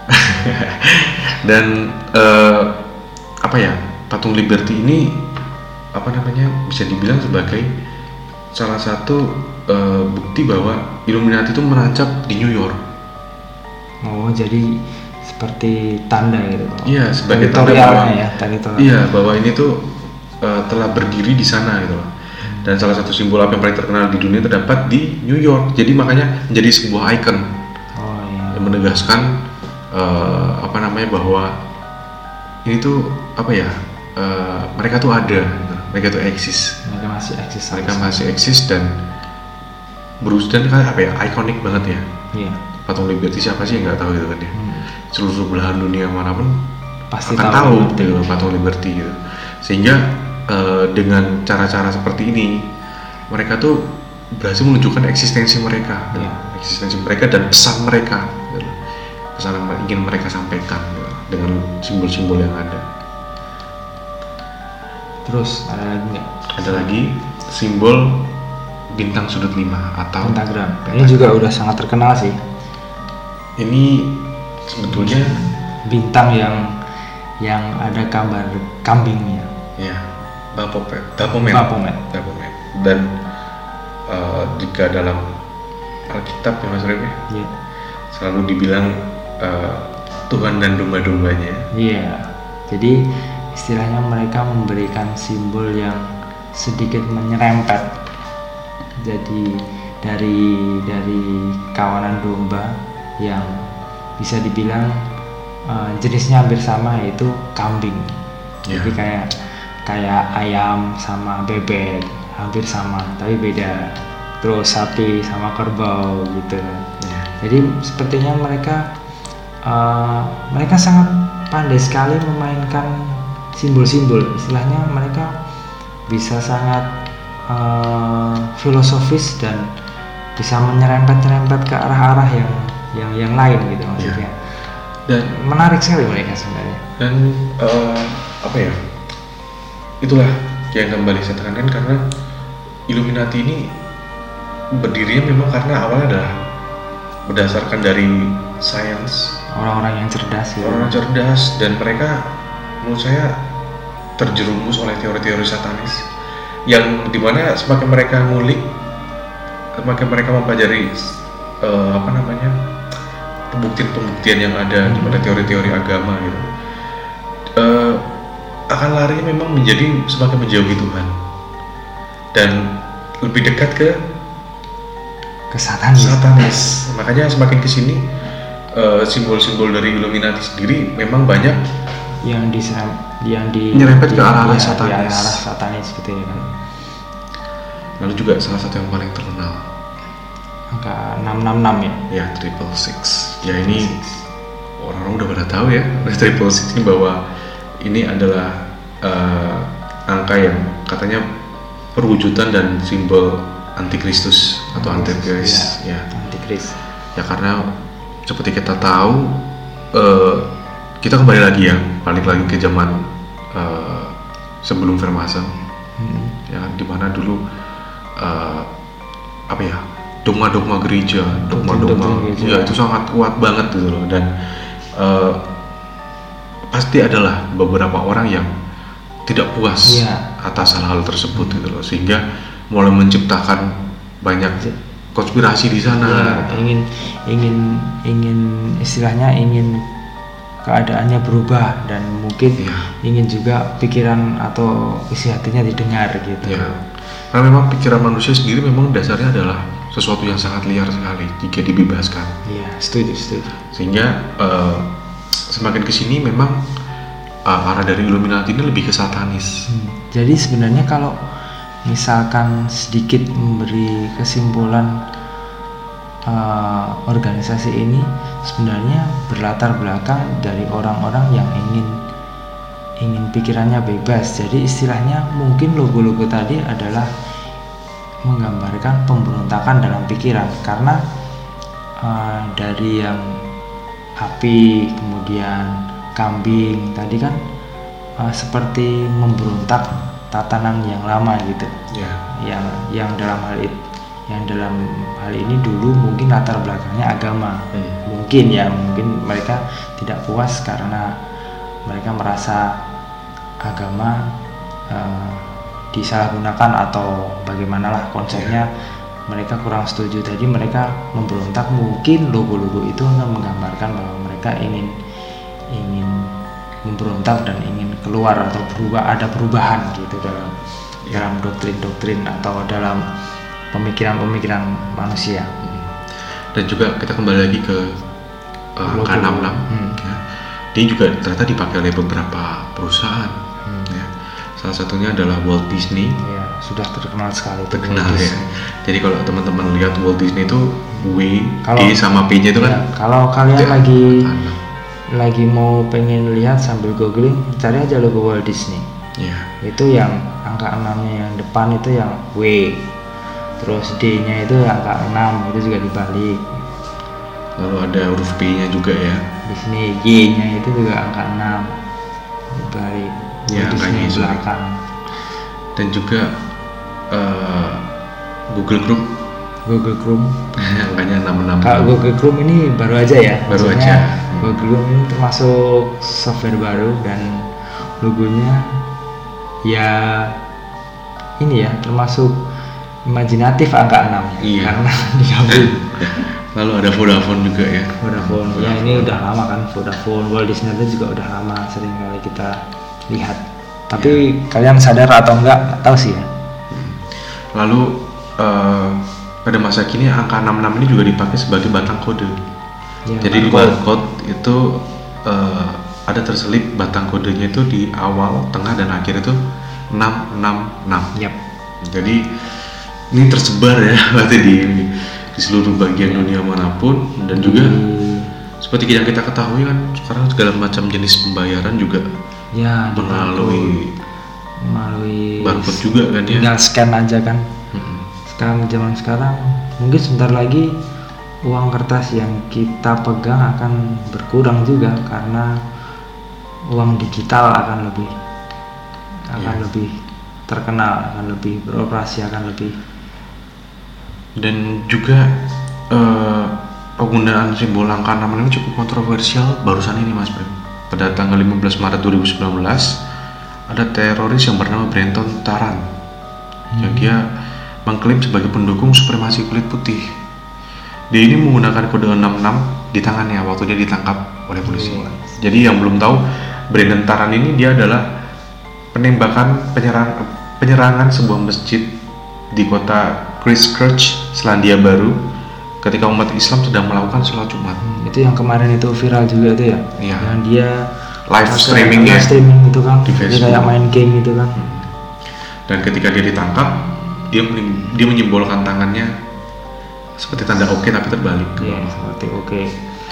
S1: Dan uh, apa ya, patung Liberty ini apa namanya bisa dibilang sebagai salah satu uh, bukti bahwa Illuminati itu menancap di New York.
S2: Oh, jadi seperti tanda gitu.
S1: Iya, sebagai tanda bahwa
S2: ya,
S1: iya bahwa ini tuh uh, telah berdiri di sana gitu loh. Hmm. Dan salah satu simbol api yang paling terkenal di dunia terdapat di New York. Jadi makanya menjadi sebuah ikon
S2: oh, iya.
S1: yang menegaskan uh, apa namanya bahwa ini tuh apa ya uh, mereka tuh ada, gitu. Mereka tuh eksis.
S2: Mereka masih eksis.
S1: Mereka masih eksis dan berusaha kan apa ya, ikonik banget ya.
S2: Iya.
S1: Patung Liberty siapa sih yang nggak tahu gitu kan ya. Hmm. Seluruh belahan dunia manapun
S2: pasti
S1: akan tahu, tahu gitu, patung Liberty gitu. Sehingga uh, dengan cara-cara seperti ini mereka tuh berhasil menunjukkan eksistensi mereka,
S2: yeah.
S1: eksistensi mereka dan pesan mereka, gitu. Pesan yang ingin mereka sampaikan gitu, dengan simbol-simbol yang ada.
S2: Terus ada lagi nggak?
S1: Ada lagi simbol bintang sudut lima atau
S2: pentagram. Ini juga udah sangat terkenal sih.
S1: Ini sebetulnya
S2: bintang yang yang ada gambar kambingnya.
S1: Ya, Baphomet. Baphomet.
S2: Baphomet.
S1: Baphomet. Dan uh, jika dalam Alkitab ya Mas Rem, ya, selalu dibilang uh, Tuhan dan domba-dombanya.
S2: Iya. Jadi istilahnya mereka memberikan simbol yang sedikit menyerempet. Jadi dari dari kawanan domba yang bisa dibilang uh, jenisnya hampir sama, yaitu kambing. Yeah. Jadi kayak kayak ayam sama bebek hampir sama tapi beda. Terus sapi sama kerbau gitu. Yeah. Jadi sepertinya mereka uh, mereka sangat pandai sekali memainkan simbol-simbol. Istilahnya mereka bisa sangat uh, filosofis dan bisa menyerempet-nyerempet ke arah-arah yang yang yang lain gitu maksudnya. Yeah. Dan menarik sekali mereka sebenarnya.
S1: Dan uh, apa ya? Itulah yang kembali saya tekankan, karena Illuminati ini berdirinya memang karena awalnya adalah berdasarkan dari sains,
S2: orang-orang yang cerdas ya.
S1: Orang cerdas, dan mereka menurut saya terjerumus oleh teori-teori satanis yang dimana semakin mereka ngulik, semakin mereka mempelajari uh, apa namanya pembuktian-pembuktian yang ada hmm. pada teori-teori agama gitu, uh, akan larinya memang menjadi semakin menjauhi Tuhan dan lebih dekat ke
S2: ke satanis.
S1: satanis. Makanya semakin kesini uh, simbol-simbol dari Illuminati sendiri memang banyak
S2: yang diserang, yang di
S1: nyerempet
S2: di,
S1: ke arah
S2: ya,
S1: satanis.
S2: arah satanis gitu ya kan.
S1: Lalu juga salah satu yang paling terkenal
S2: angka enam enam enam ya.
S1: Ya, triple six. Ya ini orang-orang udah pada tahu ya, triple six ini bahwa ini adalah uh, angka yang katanya perwujudan dan simbol antikristus atau antikris ya.
S2: ya. Antikris.
S1: Ya karena seperti kita tahu uh, kita kembali lagi ya, balik lagi ke zaman uh, sebelum Freemason, hmm. ya di mana dulu uh, apa ya dogma-dogma gereja, dogma-dogma ya itu sangat kuat banget gitu loh, dan uh, pasti adalah beberapa orang yang tidak puas ya atas hal-hal tersebut gitu loh, sehingga mulai menciptakan banyak konspirasi di sana.
S2: Ya, ingin ingin ingin istilahnya ingin keadaannya berubah dan mungkin
S1: ya.
S2: ingin juga pikiran atau isi hatinya didengar gitu.
S1: Ya. Karena memang pikiran manusia sendiri memang dasarnya adalah sesuatu yang sangat liar sekali jika dibebaskan.
S2: Iya, setuju, setuju.
S1: Sehingga uh, semakin kesini memang uh, arah dari Illuminati ini lebih ke satanis.
S2: Hmm. Jadi sebenarnya kalau misalkan sedikit memberi kesimpulan, uh, organisasi ini sebenarnya berlatar belakang dari orang-orang yang ingin ingin pikirannya bebas. Jadi istilahnya mungkin logo-logo tadi adalah menggambarkan pemberontakan dalam pikiran, karena uh, dari yang api kemudian kambing tadi kan uh, seperti memberontak tatanan yang lama gitu.
S1: Yeah.
S2: Yang yang dalam hal itu, yang dalam hal ini dulu mungkin latar belakangnya agama. Hmm. Mungkin ya, mungkin mereka tidak puas karena mereka merasa agama uh, disalahgunakan atau bagaimanalah konsepnya, yeah. Mereka kurang setuju, tadi mereka memberontak. Mungkin logo-logo itu menggambarkan bahwa mereka ingin ingin memberontak dan ingin keluar atau berubah, ada perubahan gitu dalam yeah. dalam doktrin-doktrin atau dalam pemikiran-pemikiran manusia.
S1: Hmm. Dan juga kita kembali lagi ke uh, angka enam puluh enam. Hmm. Ya. Dia juga ternyata dipakai oleh beberapa perusahaan. Hmm. Ya. Salah satunya adalah Walt Disney.
S2: Ya, sudah terkenal sekali.
S1: Terkenal ya. Jadi kalau teman-teman lihat Walt Disney itu W, kalau, E sama P-nya itu ya, kan.
S2: Kalau kalian ya, lagi anak. lagi mau pengen lihat sambil googling, cari aja logo Walt Disney.
S1: Ya.
S2: Itu yang angka enam-nya yang depan itu yang W. Terus D-nya itu angka enam, itu juga dibalik.
S1: Lalu ada huruf P-nya juga ya.
S2: Disney, Y-nya itu juga angka enam dibalik.
S1: Ya, angkanya
S2: belakang.
S1: Dan juga uh, Google Chrome.
S2: Google Chrome.
S1: Angkanya enam puluh enam.
S2: Kalau Google Chrome ini baru aja ya.
S1: Baru
S2: Maksudnya,
S1: aja.
S2: Google Chrome ini termasuk software baru dan logonya ya ini ya termasuk imajinatif angka enam.
S1: Iya.
S2: Karena diambil.
S1: Lalu ada Vodafone juga ya.
S2: Vodafone. Vodafone. Ya ini udah lama kan Vodafone. Walt Disney itu juga udah lama, sering kali kita lihat. Tapi ya. Kalian sadar atau enggak? Nggak tahu sih ya.
S1: Lalu uh, pada masa kini angka enam puluh enam ini juga dipakai sebagai batang kode. Ya, jadi di barcode itu uh, ada terselip batang kodenya itu di awal, tengah dan akhir itu enam enam enam.
S2: Yap.
S1: Jadi ini tersebar ya berarti di di seluruh bagian dunia manapun, dan juga hmm. seperti yang kita ketahui kan sekarang segala macam jenis pembayaran juga
S2: ya
S1: melalui
S2: melalui
S1: barcode juga kan ya.
S2: Tinggal scan aja kan. Hmm. Sekarang zaman sekarang mungkin sebentar lagi uang kertas yang kita pegang akan berkurang juga karena uang digital akan lebih akan ya. lebih terkenal, akan lebih beroperasi, akan lebih.
S1: Dan juga uh, penggunaan simbol angka enam puluh enam ini cukup kontroversial barusan ini Mas Brim. Pada tanggal lima belas Maret dua ribu sembilan belas ada teroris yang bernama Brenton Tarrant hmm. yang dia mengklaim sebagai pendukung supremasi kulit putih. Dia ini menggunakan kode enam puluh enam di tangannya waktu dia ditangkap oleh polisi. Oh. Jadi yang belum tahu, Brenton Tarrant ini dia adalah penembakan penyerang, penyerangan sebuah masjid di kota Christchurch, Selandia Baru, ketika umat Islam sedang melakukan sholat Jumat.
S2: Hmm, itu yang kemarin itu viral juga itu ya?
S1: Iya.
S2: Yang dia
S1: live streaming ya?
S2: Live streaming itu kan,
S1: di
S2: dia kayak main game itu kan.
S1: Hmm. Dan ketika dia ditangkap, dia dia menyimbolkan tangannya seperti tanda oke okay, tapi terbalik.
S2: Iya, seperti oke. Okay.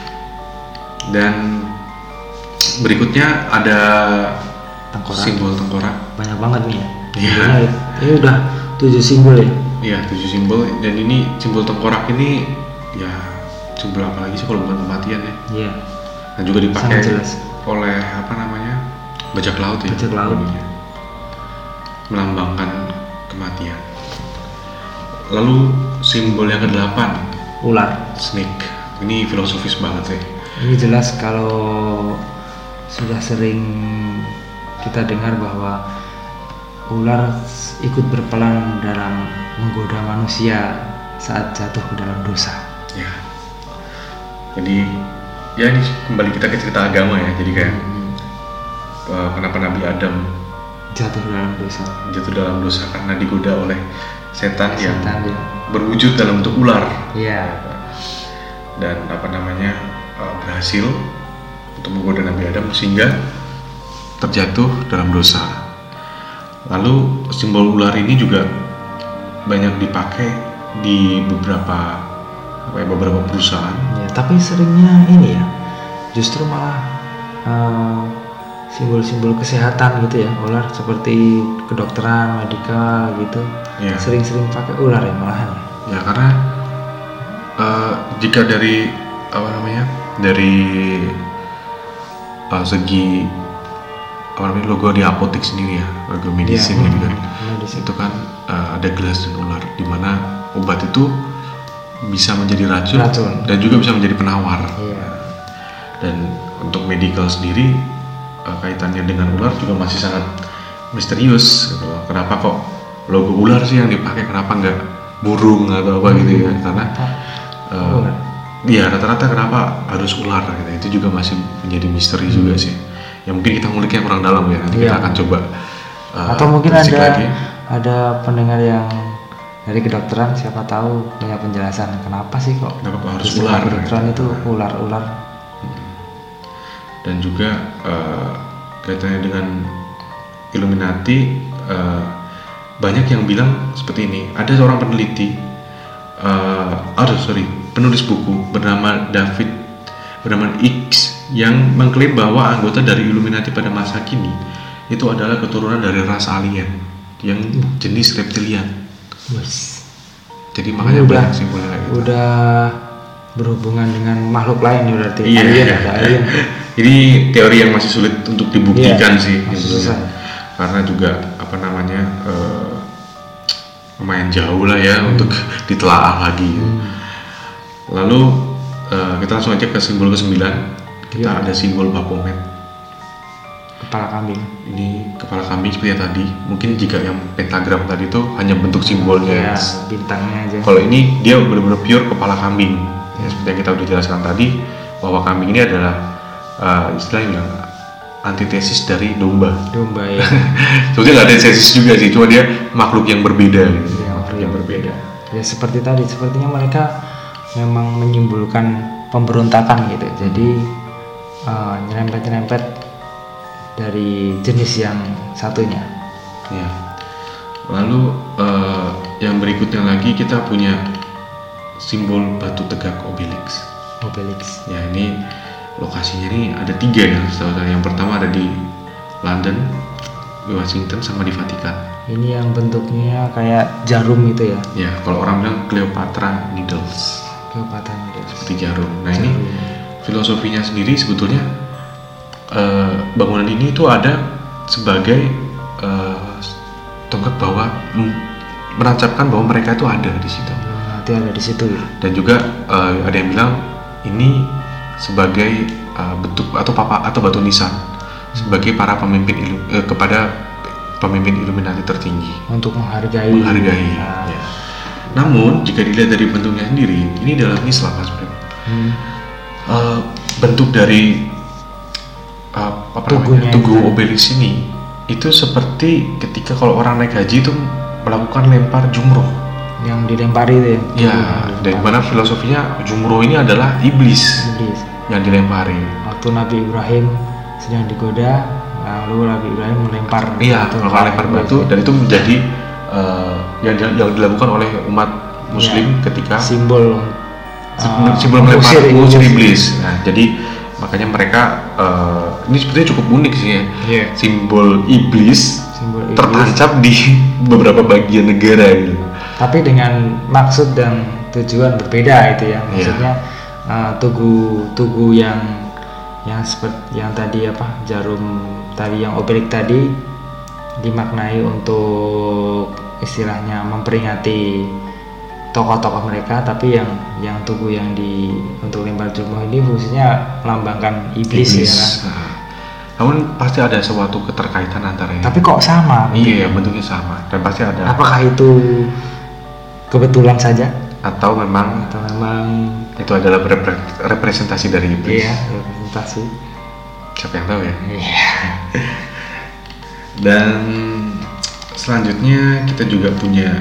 S1: Dan berikutnya ada
S2: tengkorak.
S1: Simbol tengkorak.
S2: Banyak banget nih ya.
S1: Iya.
S2: Ini udah tujuh simbol ya.
S1: Iya, tujuh simbol, dan ini simbol tengkorak ini ya simbol apa lagi sih kalau bukan kematian ya?
S2: Iya.
S1: Dan juga dipakai oleh apa namanya bajak laut ya.
S2: Bajak laut.
S1: Ya. Melambangkan kematian. Lalu simbol yang kedelapan,
S2: ular.
S1: Snake. Ini filosofis banget sih.
S2: Ini jelas kalau sudah sering kita dengar bahwa ular ikut berperan dalam menggoda manusia saat jatuh ke dalam dosa.
S1: Ya. Jadi ya ini kembali kita ke cerita agama ya. Jadi kayak hmm. uh, kenapa Nabi Adam
S2: jatuh dalam dosa
S1: jatuh dalam dosa karena digoda oleh setan, setan yang
S2: ya.
S1: berwujud dalam bentuk ular.
S2: Iya.
S1: Dan apa namanya uh, berhasil untuk menggoda Nabi Adam sehingga terjatuh dalam dosa. Lalu simbol ular ini juga banyak dipakai di beberapa apa ya, beberapa perusahaan.
S2: Ya, tapi seringnya ini ya, justru malah uh, simbol-simbol kesehatan gitu ya, ular seperti kedokteran, medikal gitu. Ya. Sering-sering pakai ular ya malahan.
S1: Ya karena uh, jika dari apa namanya dari uh, segi apa namanya logo di apotek sendiri ya, logo medicine ya, gitu kan, medicine. Itu kan uh, ada gelas dan ular, di mana obat itu bisa menjadi racun, racun dan juga bisa menjadi penawar.
S2: Iya.
S1: Dan untuk medical sendiri uh, kaitannya dengan ular juga masih sangat misterius gitu. Kenapa kok logo ular sih yang dipakai, kenapa nggak burung atau apa gitu ya? Karena uh, ya rata-rata kenapa harus ular gitu. Itu juga masih menjadi misteri hmm. juga sih. Ya mungkin kita nguliknya kurang dalam ya. Nanti iya. kita akan coba
S2: uh, atau mungkin ada lagi. ada pendengar yang dari kedokteran, siapa tahu punya penjelasan kenapa sih kok
S1: kenapa harus ular
S2: kedokteran itu ular-ular.
S1: Dan juga uh, kaitannya dengan Illuminati, uh, banyak yang bilang seperti ini. Ada seorang peneliti, uh, oh sorry, penulis buku bernama David bernama X yang mengklaim bahwa anggota dari Illuminati pada masa kini itu adalah keturunan dari ras alien yang jenis reptilian.
S2: Yes.
S1: Jadi makanya
S2: udah,
S1: banyak simbolnya gitu.
S2: Udah berhubungan dengan makhluk lain ya berarti.
S1: Iya.
S2: Alien, ada alien.
S1: Ini teori yang masih sulit untuk dibuktikan iya, sih.
S2: Susah.
S1: Karena juga apa namanya uh, lumayan jauh lah ya hmm. untuk ditelaah lagi. Hmm. Lalu uh, kita langsung aja ke simbol kesembilan. Kita ya. ada simbol Baphomet.
S2: Kepala kambing.
S1: Ini kepala kambing seperti yang tadi. Mungkin jika yang pentagram tadi itu hanya bentuk simbolnya,
S2: ya, bintangnya aja.
S1: Kalau ini dia benar-benar pure kepala kambing. Ya, seperti yang kita udah jelaskan tadi, bahwa kambing ini adalah uh, istilahnya bilang antitesis dari domba.
S2: Domba ya.
S1: Sebetulnya nggak ada tesis juga sih, cuma dia makhluk yang berbeda. Gitu.
S2: Ya, makhluk yang berbeda. Ya seperti tadi, sepertinya mereka memang menyimbolkan pemberontakan gitu. Jadi uh, nyerempet-nyerempet dari jenis yang satunya.
S1: Ya. Lalu uh, yang berikutnya lagi kita punya simbol batu tegak Obelix.
S2: Obelix.
S1: Ya ini lokasinya ini ada tiga ya. Yang pertama ada di London, di Washington, sama di Vatikan.
S2: Ini yang bentuknya kayak jarum gitu ya?
S1: Ya, kalau orang bilang Cleopatra Needles.
S2: Cleopatra Needles.
S1: Seperti jarum. Nah jarum. Ini filosofinya sendiri sebetulnya uh, bangunan ini itu ada sebagai uh, tonggak bahwa menancapkan bahwa mereka itu ada di situ.
S2: Nanti ada di situ.
S1: Dan juga uh, ada yang bilang ini sebagai uh, bentuk atau papa atau batu nisan sebagai para pemimpin ilu, uh, kepada pemimpin Illuminati tertinggi
S2: untuk menghargai.
S1: Menghargai. Nah. Ya. Namun jika dilihat dari bentuknya sendiri, ini dalam Islam Mas Bro. Hmm. Uh, bentuk dari uh, apa namanya tugu Obelix ini itu seperti ketika kalau orang naik haji itu melakukan lempar jumroh.
S2: Yang dilempari itu ya?
S1: Ya, dan mana filosofinya jumroh ini adalah iblis,
S2: iblis
S1: yang dilempari.
S2: Waktu Nabi Ibrahim sedang digoda, lalu Nabi Ibrahim melempar
S1: iya, batu, melempar batu, dan itu menjadi uh, yang, yang dilakukan oleh umat Muslim ya, ketika
S2: simbol
S1: uh, simbol melempar mengusir iblis. Nah, jadi makanya mereka uh, ini sebetulnya cukup unik sih ya, yeah. simbol iblis simbol tertancap iblis di beberapa bagian negara gitu.
S2: Tapi dengan maksud dan tujuan berbeda itu ya, maksudnya yeah. uh, tugu tugu yang yang seperti yang tadi apa jarum tadi yang Obelix tadi dimaknai untuk istilahnya memperingati tokoh-tokoh mereka, tapi yang yang tugu yang di untuk lempar jumroh ini fungsinya melambangkan iblis, iblis. ya kan.
S1: Nah, namun pasti ada suatu keterkaitan antara ini.
S2: Tapi kok sama?
S1: Iya, bentuknya sama dan pasti ada.
S2: Apakah itu kebetulan saja
S1: atau memang
S2: atau memang
S1: Itu adalah repre- representasi dari iblis.
S2: Iya, representasi.
S1: Siapa yang tahu ya?
S2: Iya.
S1: Dan selanjutnya kita juga punya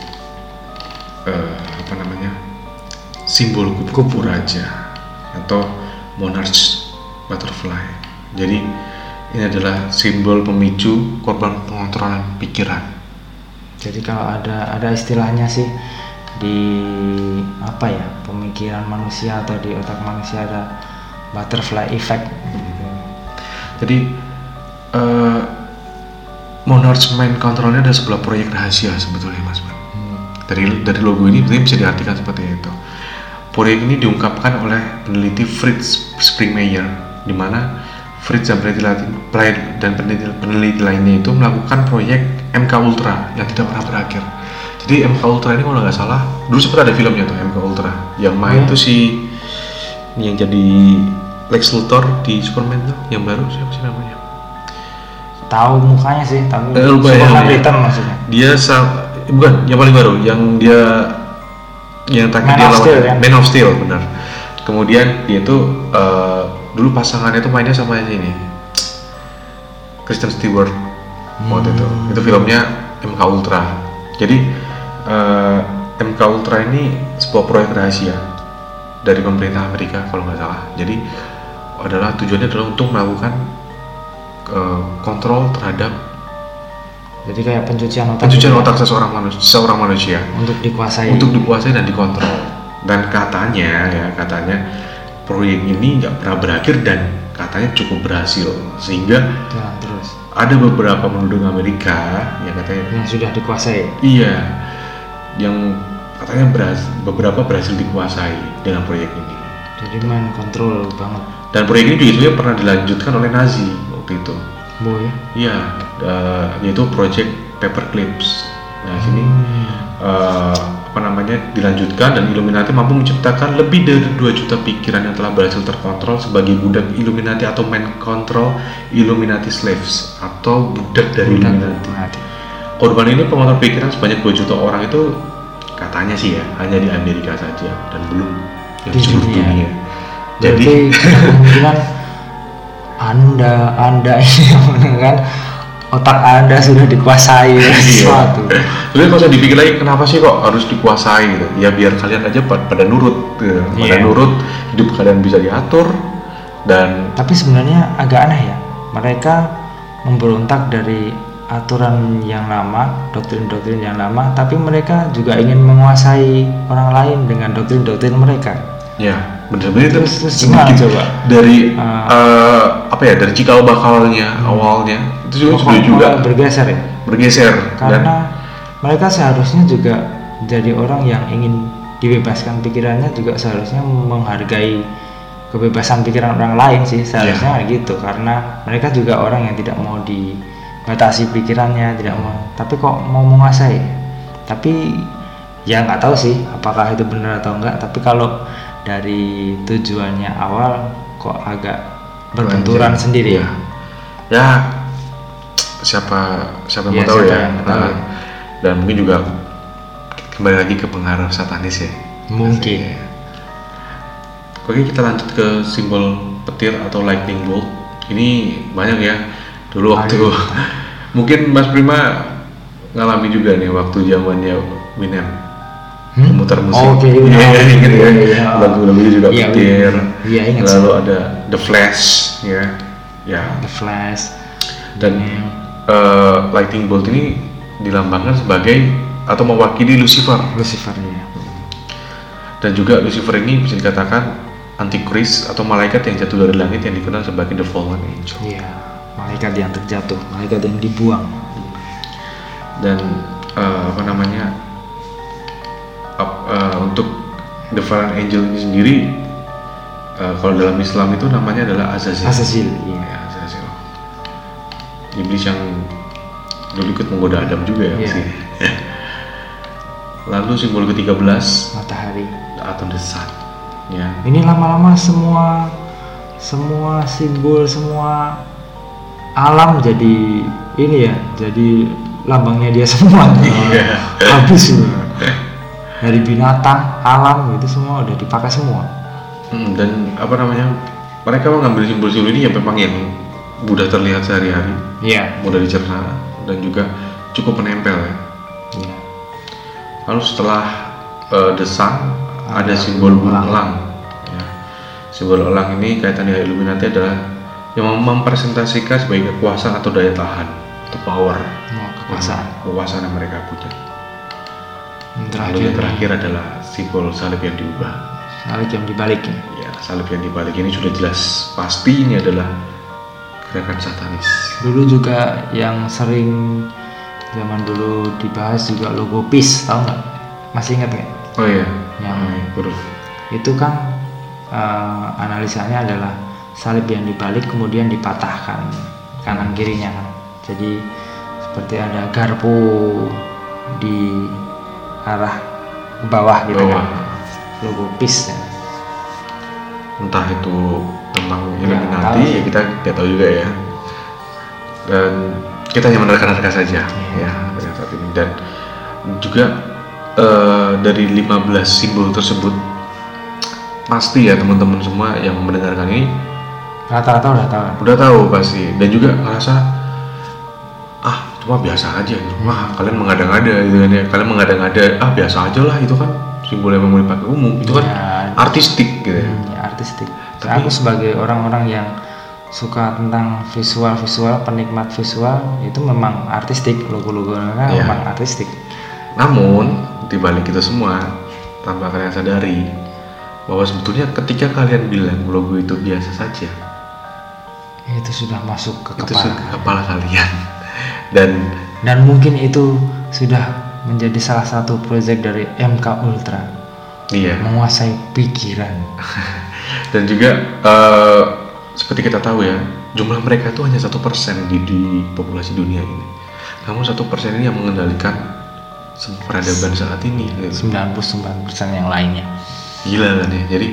S1: uh, apa namanya simbol kupu-kupu raja atau monarch butterfly. Jadi ini adalah simbol pemicu korban pengontrolan pikiran. Jadi kalau ada ada istilahnya sih di apa ya pemikiran manusia atau di otak manusia ada butterfly effect. Hmm. Jadi uh, monarch mind controlnya ada sebuah proyek rahasia sebetulnya Mas. Hmm. Dari dari logo ini bisa diartikan seperti itu. Proyek ini diungkapkan oleh peneliti Fritz Springmeier, di mana Fritz dan peneliti, dan peneliti, peneliti lainnya itu melakukan proyek M K Ultra yang tidak pernah berakhir. Jadi M K Ultra ini kalau nggak salah, dulu sempat ada filmnya tuh M K Ultra, yang main tuh si yang jadi Lex Luthor di Superman tuh, yang baru siapa sih namanya?
S2: Tahu mukanya sih, tapi
S1: eh,
S2: Superman Return maksudnya.
S1: Dia sa- bukan yang paling baru, yang dia yang terakhir dia lawan
S2: Steel, kan?
S1: Man of Steel, benar. Kemudian dia tuh uh, dulu pasangannya tuh mainnya sama ini Kristen Stewart hmm. waktu itu. Itu filmnya M K Ultra. Jadi uh, M K Ultra ini sebuah proyek rahasia dari pemerintah Amerika kalau nggak salah. Jadi adalah tujuannya adalah untuk melakukan uh, kontrol terhadap,
S2: jadi kayak pencucian otak
S1: pencucian otak seseorang manusia, seorang manusia
S2: untuk dikuasai
S1: untuk dikuasai dan dikontrol. Dan katanya ya katanya proyek ini nggak pernah berakhir dan katanya cukup berhasil, sehingga
S2: ya, terus
S1: ada beberapa penduduk Amerika yang katanya
S2: yang sudah dikuasai.
S1: Iya, yang katanya berhasil, beberapa berhasil dikuasai dengan proyek ini.
S2: Jadi main kontrol banget. Dan
S1: proyek ini juga sebenarnya pernah dilanjutkan oleh Nazi waktu itu.
S2: Oh ya?
S1: Iya, uh, yaitu Project Paperclips. Nah sini hmm. uh, apa namanya dilanjutkan, dan Illuminati mampu menciptakan lebih dari dua juta pikiran yang telah berhasil terkontrol sebagai budak Illuminati atau mind control Illuminati slaves atau budak dari budak Illuminati. Korban ini pengontrol pikiran sebanyak dua juta orang itu katanya sih ya hanya di Amerika saja dan belum di seluruh dunia. dunia.
S2: Jadi kemungkinan anda anda ini kan otak anda sudah dikuasai sesuatu.
S1: Jadi kalau saya dipikir lagi, kenapa sih kok harus dikuasai gitu? Ya biar kalian aja pada nurut, gitu. pada yeah. nurut, hidup kalian bisa diatur. Dan
S2: tapi sebenarnya agak aneh ya, mereka memberontak dari aturan yang lama, doktrin-doktrin yang lama, tapi mereka juga ingin menguasai orang lain dengan doktrin-doktrin mereka.
S1: Ya, benar-benar itu
S2: sedikit coba
S1: dari uh, uh, apa ya dari cikal bakalnya hmm. awalnya itu juga sudah juga
S2: bergeser ya
S1: bergeser
S2: karena dan mereka seharusnya juga jadi orang yang ingin dibebaskan pikirannya, juga seharusnya menghargai kebebasan pikiran orang lain sih seharusnya yeah. gitu, karena mereka juga orang yang tidak mau dibatasi pikirannya, tidak mau, tapi kok mau menguasai. Tapi ya nggak tahu sih apakah itu benar atau enggak, tapi kalau dari tujuannya awal kok agak berbenturan Anjir. sendiri ya.
S1: Ya siapa siapa yang
S2: ya,
S1: mau tahu ya.
S2: Tahu.
S1: Nah, dan mungkin juga kembali lagi ke pengaruh satanis ya.
S2: Mungkin.
S1: Ya. Oke, kita lanjut ke simbol petir atau lightning bolt. Ini banyak ya. Dulu waktu Aduh. mungkin Mas Prima ngalami juga nih waktu zamannya Winem. Hmm? Pemutar musik.
S2: Oh, oke, okay,
S1: yeah,
S2: yeah,
S1: ingat ya.
S2: Yeah,
S1: lagu-lagunya juga
S2: yeah,
S1: petir.
S2: Iya, ingat.
S1: Lalu ada The Flash, ya. Ya.
S2: The Flash.
S1: Dan hmm. uh, lightning bolt ini dilambangkan sebagai atau mewakili Lucifer.
S2: Lucifer ya.
S1: Dan juga Lucifer ini bisa dikatakan antikris atau malaikat yang jatuh dari langit yang dikenal sebagai the fallen angel.
S2: Iya, malaikat yang terjatuh, malaikat yang dibuang.
S1: Dan uh, apa namanya? Uh, uh, untuk the fallen angel ini sendiri uh, kalau dalam Islam itu namanya adalah Azazil.
S2: Azazil, iya.
S1: Ya, Azazil. Iblis yang dulu ikut menggoda Adam juga ya.
S2: Yeah.
S1: Lalu simbol ke tiga belas
S2: matahari
S1: atau the sun. Ya.
S2: Ini lama-lama semua semua simbol, semua alam jadi ini ya, jadi lambangnya dia semua.
S1: Iya.
S2: Habis semua. dari binatang, alam itu semua udah dipakai semua.
S1: Hmm, dan apa namanya, mereka mengambil simbol-simbol ini yang memang yang mudah terlihat sehari-hari,
S2: Iya.
S1: mudah dicerna dan juga cukup menempel ya.
S2: Iya.
S1: Lalu setelah uh, the sun ada, ada simbol elang. elang. Ya. Simbol elang ini kaitan dengan Illuminati adalah yang mempresentasikan sebagai kekuasaan atau daya tahan atau power.
S2: Oh, kekuasaan.
S1: Ya, kekuasaan yang mereka punya.
S2: Yang
S1: terakhir, Lalu yang terakhir adalah simbol salib yang diubah.
S2: Salib yang dibalik ya.
S1: Ya, salib yang dibalik ini sudah jelas pasti ini adalah gerakan satanis.
S2: Dulu juga yang sering zaman dulu dibahas juga logo peace, tahu nggak? Masih ingat nggak?
S1: Oh iya.
S2: Yang
S1: oh,
S2: itu kan uh, analisanya adalah salib yang dibalik kemudian dipatahkan kanan kirinya kan. Jadi seperti ada garpu di arah bawah gitu
S1: bawah.
S2: kan. Logo peace ya.
S1: Entah itu tentang Illuminati ya, ya kita tidak tahu juga ya. Dan kita hanya menerka-nerka saja ya, ya saat ini. Dan juga uh, dari lima belas simbol tersebut pasti ya teman-teman semua yang mendengarkan ini
S2: rata-rata udah tahu.
S1: Udah tahu pasti, dan juga ngerasa ah cuma biasa aja, wah kalian mengada-ngada gitu kan ya, kalian mengada-ngada ah biasa aja lah, itu kan simbol yang mau dipakai umum, itu kan ya, artistik gitu ya.
S2: Hmm, ya artistik. Tapi aku sebagai orang-orang yang suka tentang visual-visual, penikmat visual, itu memang artistik, logo-logonya ya, memang artistik.
S1: Namun dibalik itu semua, tanpa kalian sadari bahwa sebetulnya ketika kalian bilang logo itu biasa saja,
S2: itu sudah masuk ke
S1: itu
S2: kepala,
S1: ke kepala kalian. dan
S2: dan mungkin itu sudah menjadi salah satu proyek dari M K Ultra.
S1: Iya.
S2: Menguasai pikiran.
S1: Dan juga uh, seperti kita tahu ya, jumlah mereka itu hanya satu persen di, di populasi dunia ini. Namun satu persen ini yang mengendalikan semua peradaban saat ini.
S2: sembilan puluh sembilan persen yang lainnya.
S1: Gila kan ya. Jadi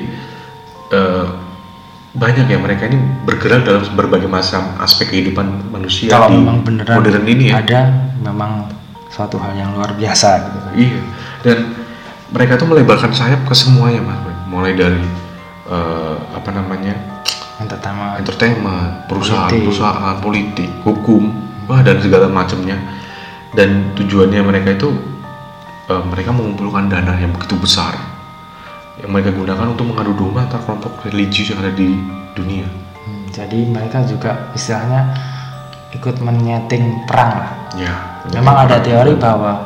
S1: uh, banyak ya mereka ini bergerak dalam berbagai macam aspek kehidupan manusia.
S2: Kalau
S1: di
S2: memang beneran
S1: modern ini ya.
S2: Ada memang suatu hal yang luar biasa gitu.
S1: Iya. Dan mereka tuh melebarkan sayap ke semuanya, Mas. Mulai dari uh, apa namanya?
S2: Entertainment,
S1: entertainment, perusahaan-perusahaan, politik, hukum, wah dan segala macamnya. Dan tujuannya mereka itu uh, mereka mengumpulkan dana yang begitu besar yang mereka gunakan untuk mengadu domba antar kelompok religius yang ada di dunia.
S2: Hmm, jadi mereka juga istilahnya ikut menyeting perang lah.
S1: Ya.
S2: Memang ada teori bahwa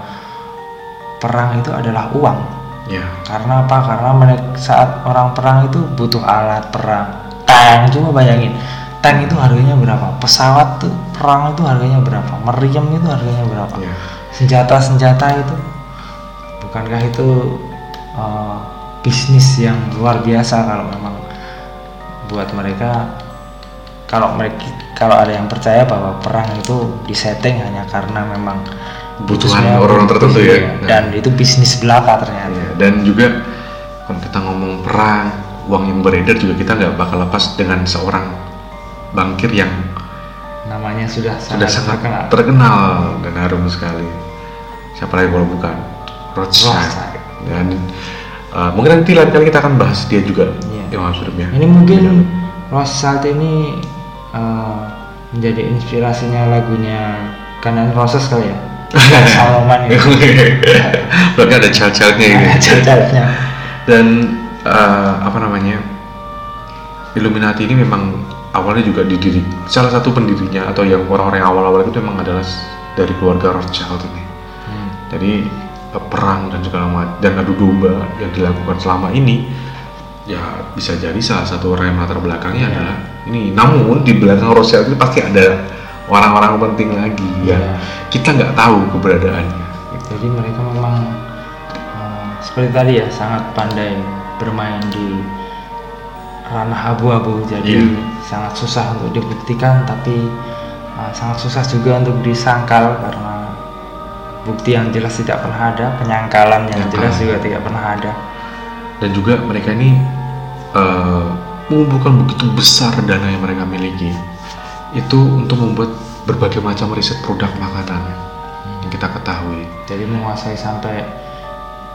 S2: perang itu adalah uang.
S1: Ya.
S2: Karena apa? Karena mereka saat orang perang itu butuh alat perang. Tank, coba bayangin, tank itu harganya berapa? Pesawat tuh perang itu harganya berapa? Meriam itu harganya berapa?
S1: Ya.
S2: Senjata-senjata itu, bukankah itu uh, bisnis yang luar biasa kalau memang buat mereka? Kalau mereka, kalau ada yang percaya bahwa perang itu disetting hanya karena memang
S1: kebutuhan orang-orang tertentu ya,
S2: dan nah. itu bisnis belaka ternyata.
S1: Ya, dan juga kalau kita ngomong perang, uang yang beredar juga kita nggak bakal lepas dengan seorang bankir yang
S2: namanya sudah
S1: sudah sangat
S2: terkenal.
S1: terkenal dan harum sekali. Siapa lagi kalau bukan Rothschild. Dan uh, mungkin nanti lain kali kita akan bahas dia juga.
S2: Yeah.
S1: Imam Surya.
S2: Ini mungkin Rothschild ini uh, menjadi inspirasinya lagunya Guns N' Roses kali ya. Salman itu.
S1: Berarti ada child-childnya ini.
S2: Child-childnya.
S1: Dan uh, apa namanya, Illuminati ini memang awalnya juga didiri, salah satu pendirinya atau yang orang-orang yang awal-awal itu memang adalah dari keluarga Rothschild ini. Hmm. Jadi uh, perang dan segala macam dan adu domba yang dilakukan selama ini ya bisa jadi salah satu orang yang latar belakangnya yeah. adalah ini. Namun di belakang Rothschild itu pasti ada orang-orang penting lagi yeah. yang kita nggak tahu keberadaannya.
S2: Jadi mereka memang uh, seperti tadi ya, sangat pandai bermain di ranah abu-abu, jadi yeah. sangat susah untuk dibuktikan, tapi uh, sangat susah juga untuk disangkal karena bukti yang jelas tidak pernah ada, penyangkalan yang jelas juga tidak pernah ada.
S1: Dan juga mereka ini uh, mengumpulkan begitu besar dana yang mereka miliki itu untuk membuat berbagai macam riset produk makanan hmm. yang kita ketahui.
S2: Jadi menguasai sampai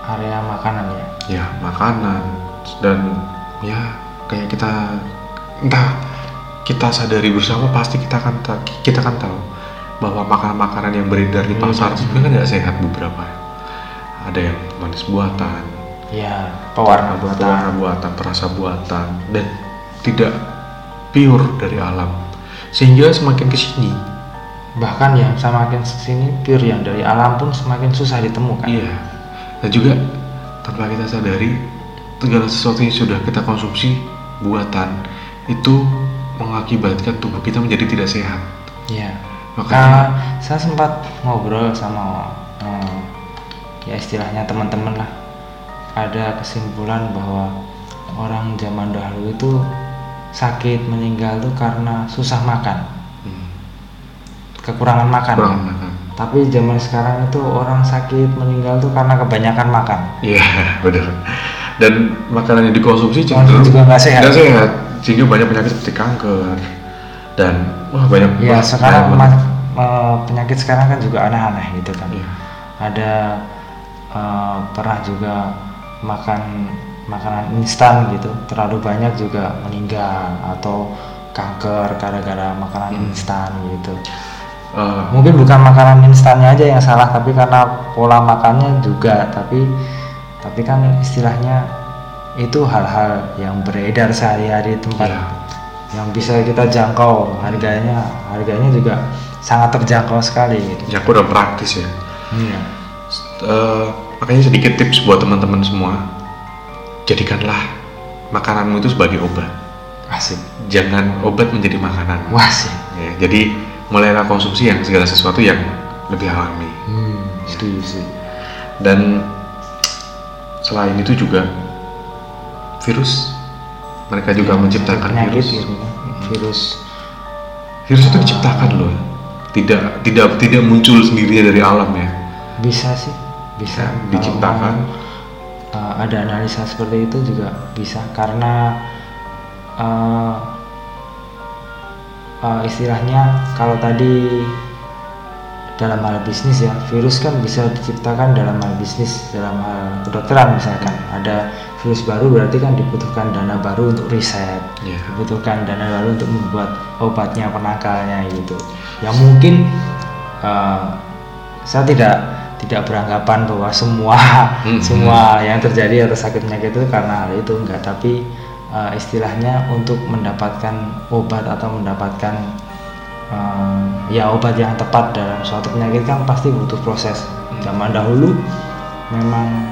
S2: area makanan ya.
S1: Ya, makanan dan ya kayak kita entah kita sadari bersama pasti kita akan ta- kita akan tahu bahwa makanan-makanan yang beredar di pasar sebenarnya kan nggak sehat beberapa. Ada yang manis buatan,
S2: ya, pewarna buatan,
S1: pewarna buatan, perasa buatan dan tidak pure dari alam. Sehingga semakin kesini,
S2: bahkan ya semakin kesini pure yang dari alam pun semakin susah ditemukan.
S1: Iya. Dan juga tanpa kita sadari segala sesuatu yang sudah kita konsumsi buatan itu mengakibatkan tubuh kita menjadi tidak sehat.
S2: Iya.
S1: Makanya
S2: Nah, saya sempat ngobrol sama hmm, ya istilahnya teman-teman lah. Ada kesimpulan bahwa orang zaman dahulu itu sakit meninggal tuh karena susah makan,
S1: hmm.
S2: kekurangan makan.
S1: kurang
S2: ya.
S1: makan.
S2: Tapi zaman sekarang itu orang sakit meninggal tuh karena kebanyakan makan.
S1: Iya, benar. Dan makanan yang dikonsumsi
S2: Makan
S1: cenderung
S2: juga nggak sehat.
S1: nggak sehat, sehingga banyak penyakit seperti kanker dan wah banyak.
S2: Ya
S1: wah,
S2: sekarang
S1: banyak banget.
S2: ma- ma- penyakit sekarang kan juga aneh-aneh gitu kan.
S1: Iya.
S2: Ada eh, pernah juga makan makanan instan gitu terlalu banyak juga meninggal atau kanker gara-gara makanan
S1: Hmm.
S2: instan gitu.
S1: Eh,
S2: Mungkin bukan makanan instannya aja yang salah, tapi karena pola makannya juga. Tapi tapi kan istilahnya itu hal-hal yang beredar sehari-hari di tempat
S1: Iya.
S2: yang bisa kita jangkau, harganya harganya juga sangat terjangkau sekali gitu.
S1: ya kurang praktis ya.
S2: Iya.
S1: Eh, makanya sedikit tips buat teman-teman semua, jadikanlah makananmu itu sebagai obat.
S2: Asik.
S1: Jangan obat menjadi makanan.
S2: Wah sih.
S1: Ya, jadi mulailah konsumsi yang segala sesuatu yang lebih alami.
S2: Hmm, setuju sih.
S1: Dan selain itu juga virus, mereka juga menciptakan
S2: penyakit
S1: virus.
S2: gitu kan. Virus
S1: Virus itu diciptakan loh, tidak tidak tidak muncul sendirinya dari alam ya.
S2: bisa sih, bisa
S1: Ya,
S2: Kalau
S1: diciptakan.
S2: mau, uh, ada analisa seperti itu juga bisa karena uh, uh, istilahnya kalau tadi dalam hal bisnis ya, virus kan bisa diciptakan dalam hal bisnis, dalam hal kedokteran misalkan ada virus baru berarti kan dibutuhkan dana baru untuk riset,
S1: Ya.
S2: dibutuhkan dana baru untuk membuat obatnya, penakalnya gitu. Yang mungkin uh, saya tidak tidak beranggapan bahwa semua
S1: Hmm.
S2: semua yang terjadi atau sakit penyakit itu karena hal itu enggak, tapi uh, istilahnya untuk mendapatkan obat atau mendapatkan uh, ya obat yang tepat dalam suatu penyakit kan pasti butuh proses. Zaman dahulu memang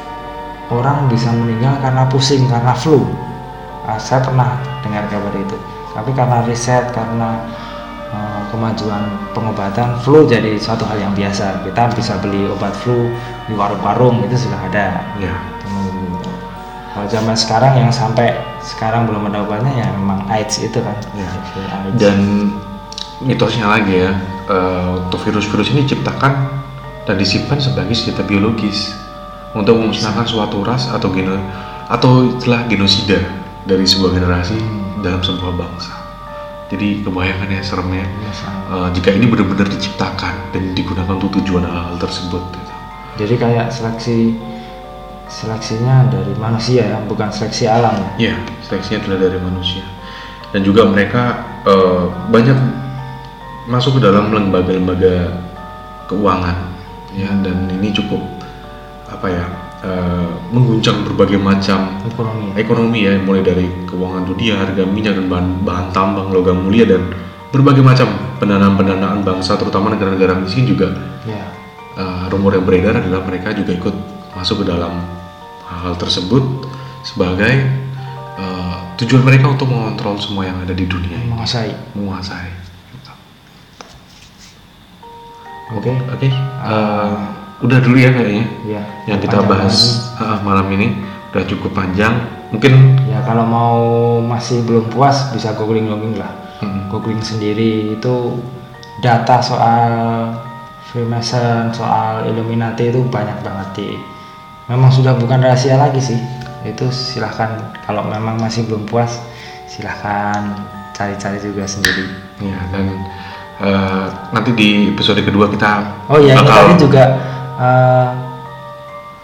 S2: orang bisa meninggal karena pusing, karena flu. Nah, saya pernah dengar kabar itu. Tapi karena riset, karena uh, kemajuan pengobatan, flu jadi suatu hal yang biasa. Kita bisa beli obat flu di warung-warung, itu sudah ada.
S1: Ya.
S2: Gitu. Kalau zaman sekarang yang sampai sekarang belum ada obatnya ya memang AIDS itu kan.
S1: Ya.
S2: AIDS.
S1: Dan mitosnya lagi ya, uh, untuk virus-virus ini diciptakan dan disimpan sebagai senjata biologis untuk memusnahkan suatu ras atau geno atau istilah genosida dari sebuah generasi
S2: Hmm.
S1: dalam sebuah bangsa. Jadi kebayangkan ya seremnya
S2: Ya, sama.
S1: uh, jika ini benar-benar diciptakan dan digunakan untuk tujuan hal-hal tersebut. Gitu.
S2: Jadi kayak seleksi seleksinya dari manusia ya, bukan seleksi alam.
S1: Ya, seleksinya adalah dari manusia. Dan juga mereka uh, banyak masuk ke dalam lembaga-lembaga keuangan, ya, dan ini cukup apa ya uh, mengguncang berbagai macam
S2: Ekonomi.
S1: ekonomi ya, mulai dari keuangan dunia, harga minyak dan bahan, bahan tambang, logam mulia dan berbagai macam pendanaan-pendanaan bangsa, terutama negara-negara miskin juga.
S2: Ya.
S1: Uh, rumor yang beredar adalah mereka juga ikut masuk ke dalam hal tersebut sebagai uh, tujuan mereka untuk mengontrol semua yang ada di dunia ini,
S2: Menguasai.
S1: menguasai.
S2: Oke.
S1: Oke, uh, udah dulu ya kayaknya
S2: Ya.
S1: yang kita
S2: panjang
S1: bahas
S2: lagi.
S1: uh, malam ini udah cukup panjang. Mungkin
S2: Ya kalau mau masih belum puas bisa googling-googling lah.
S1: hmm,
S2: Googling sendiri itu data soal Freemason, soal Illuminati itu banyak banget di. Memang sudah bukan rahasia lagi sih. Itu silahkan kalau memang masih belum puas silahkan cari-cari juga sendiri.
S1: ya, dan uh, nanti di episode kedua kita
S2: Oh iya, ini
S1: bakal
S2: tadi juga uh,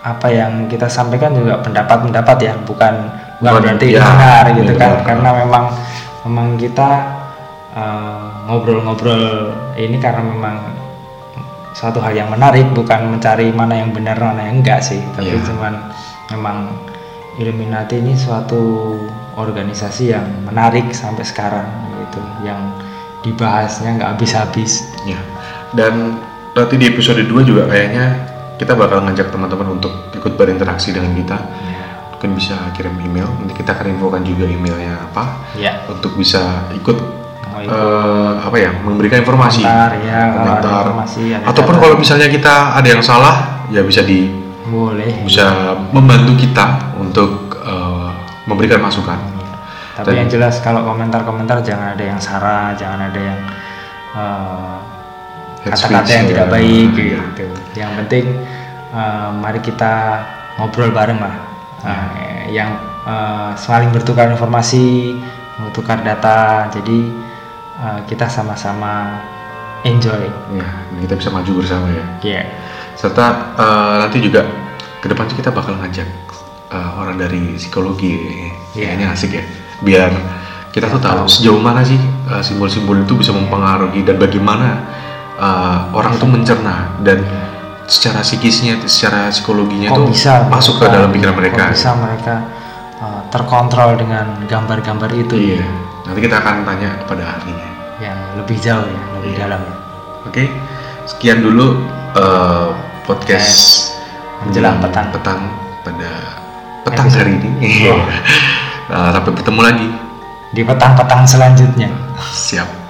S2: apa yang kita sampaikan juga pendapat-pendapat ya, bukan bukan
S1: Bukan,
S2: berarti
S1: ya,
S2: benar gitu
S1: ya,
S2: kan,
S1: benar.
S2: karena memang memang kita uh, ngobrol-ngobrol ini karena memang suatu hal yang menarik, bukan mencari mana yang benar mana yang enggak sih, tapi
S1: Ya.
S2: cuman memang Illuminati ini suatu organisasi yang menarik sampai sekarang gitu, yang dibahasnya nggak habis-habis.
S1: Ya. Dan nanti di episode dua juga kayaknya kita bakal ngajak teman-teman untuk ikut berinteraksi dengan kita.
S2: Ya.
S1: Mungkin bisa kirim email, nanti kita akan infokan juga emailnya apa,
S2: Ya.
S1: untuk bisa ikut,
S2: Mau ikut
S1: eh, apa ya, memberikan informasi,
S2: komentar, ya, kalau ada
S1: komentar.
S2: informasi, ada
S1: Ataupun
S2: data.
S1: kalau misalnya kita ada yang salah, ya bisa di
S2: Boleh.
S1: bisa membantu kita untuk eh, memberikan masukan.
S2: Tapi
S1: Dan-
S2: yang jelas kalau komentar-komentar jangan ada yang sara, jangan ada yang uh,
S1: Hate
S2: kata-kata
S1: speech,
S2: yang
S1: ya.
S2: tidak baik
S1: Iya.
S2: gitu. Yang penting uh, mari kita ngobrol bareng lah. Uh, yang uh, saling bertukar informasi, bertukar data. Jadi uh, kita sama-sama enjoy.
S1: Ya, dan kita bisa maju bersama ya.
S2: Iya.
S1: Serta eh, nanti juga ke depan sih kita bakal ngajak eh, orang dari psikologi,
S2: Iya.
S1: kayaknya asik ya, biar kita tuh tahu sejauh mana sih eh, simbol-simbol itu bisa mempengaruhi dan bagaimana eh, orang tuh mencerna dan secara psikisnya, secara psikologinya
S2: Kok
S1: tuh
S2: bisa
S1: masuk ke
S2: mereka-
S1: dalam pikiran mereka.
S2: Kok bisa mereka uh, terkontrol dengan gambar-gambar itu?
S1: Iya. Nanti kita akan tanya kepada ahlinya.
S2: Yang lebih jauh ya, lebih
S1: Iya.
S2: dalam ya.
S1: Oke, sekian dulu eh, podcast
S2: Menjelang petang.
S1: petang pada petang
S2: Episode.
S1: hari ini.
S2: Oh.
S1: Nah, sampai bertemu lagi.
S2: Di petang-petang selanjutnya.
S1: Siap.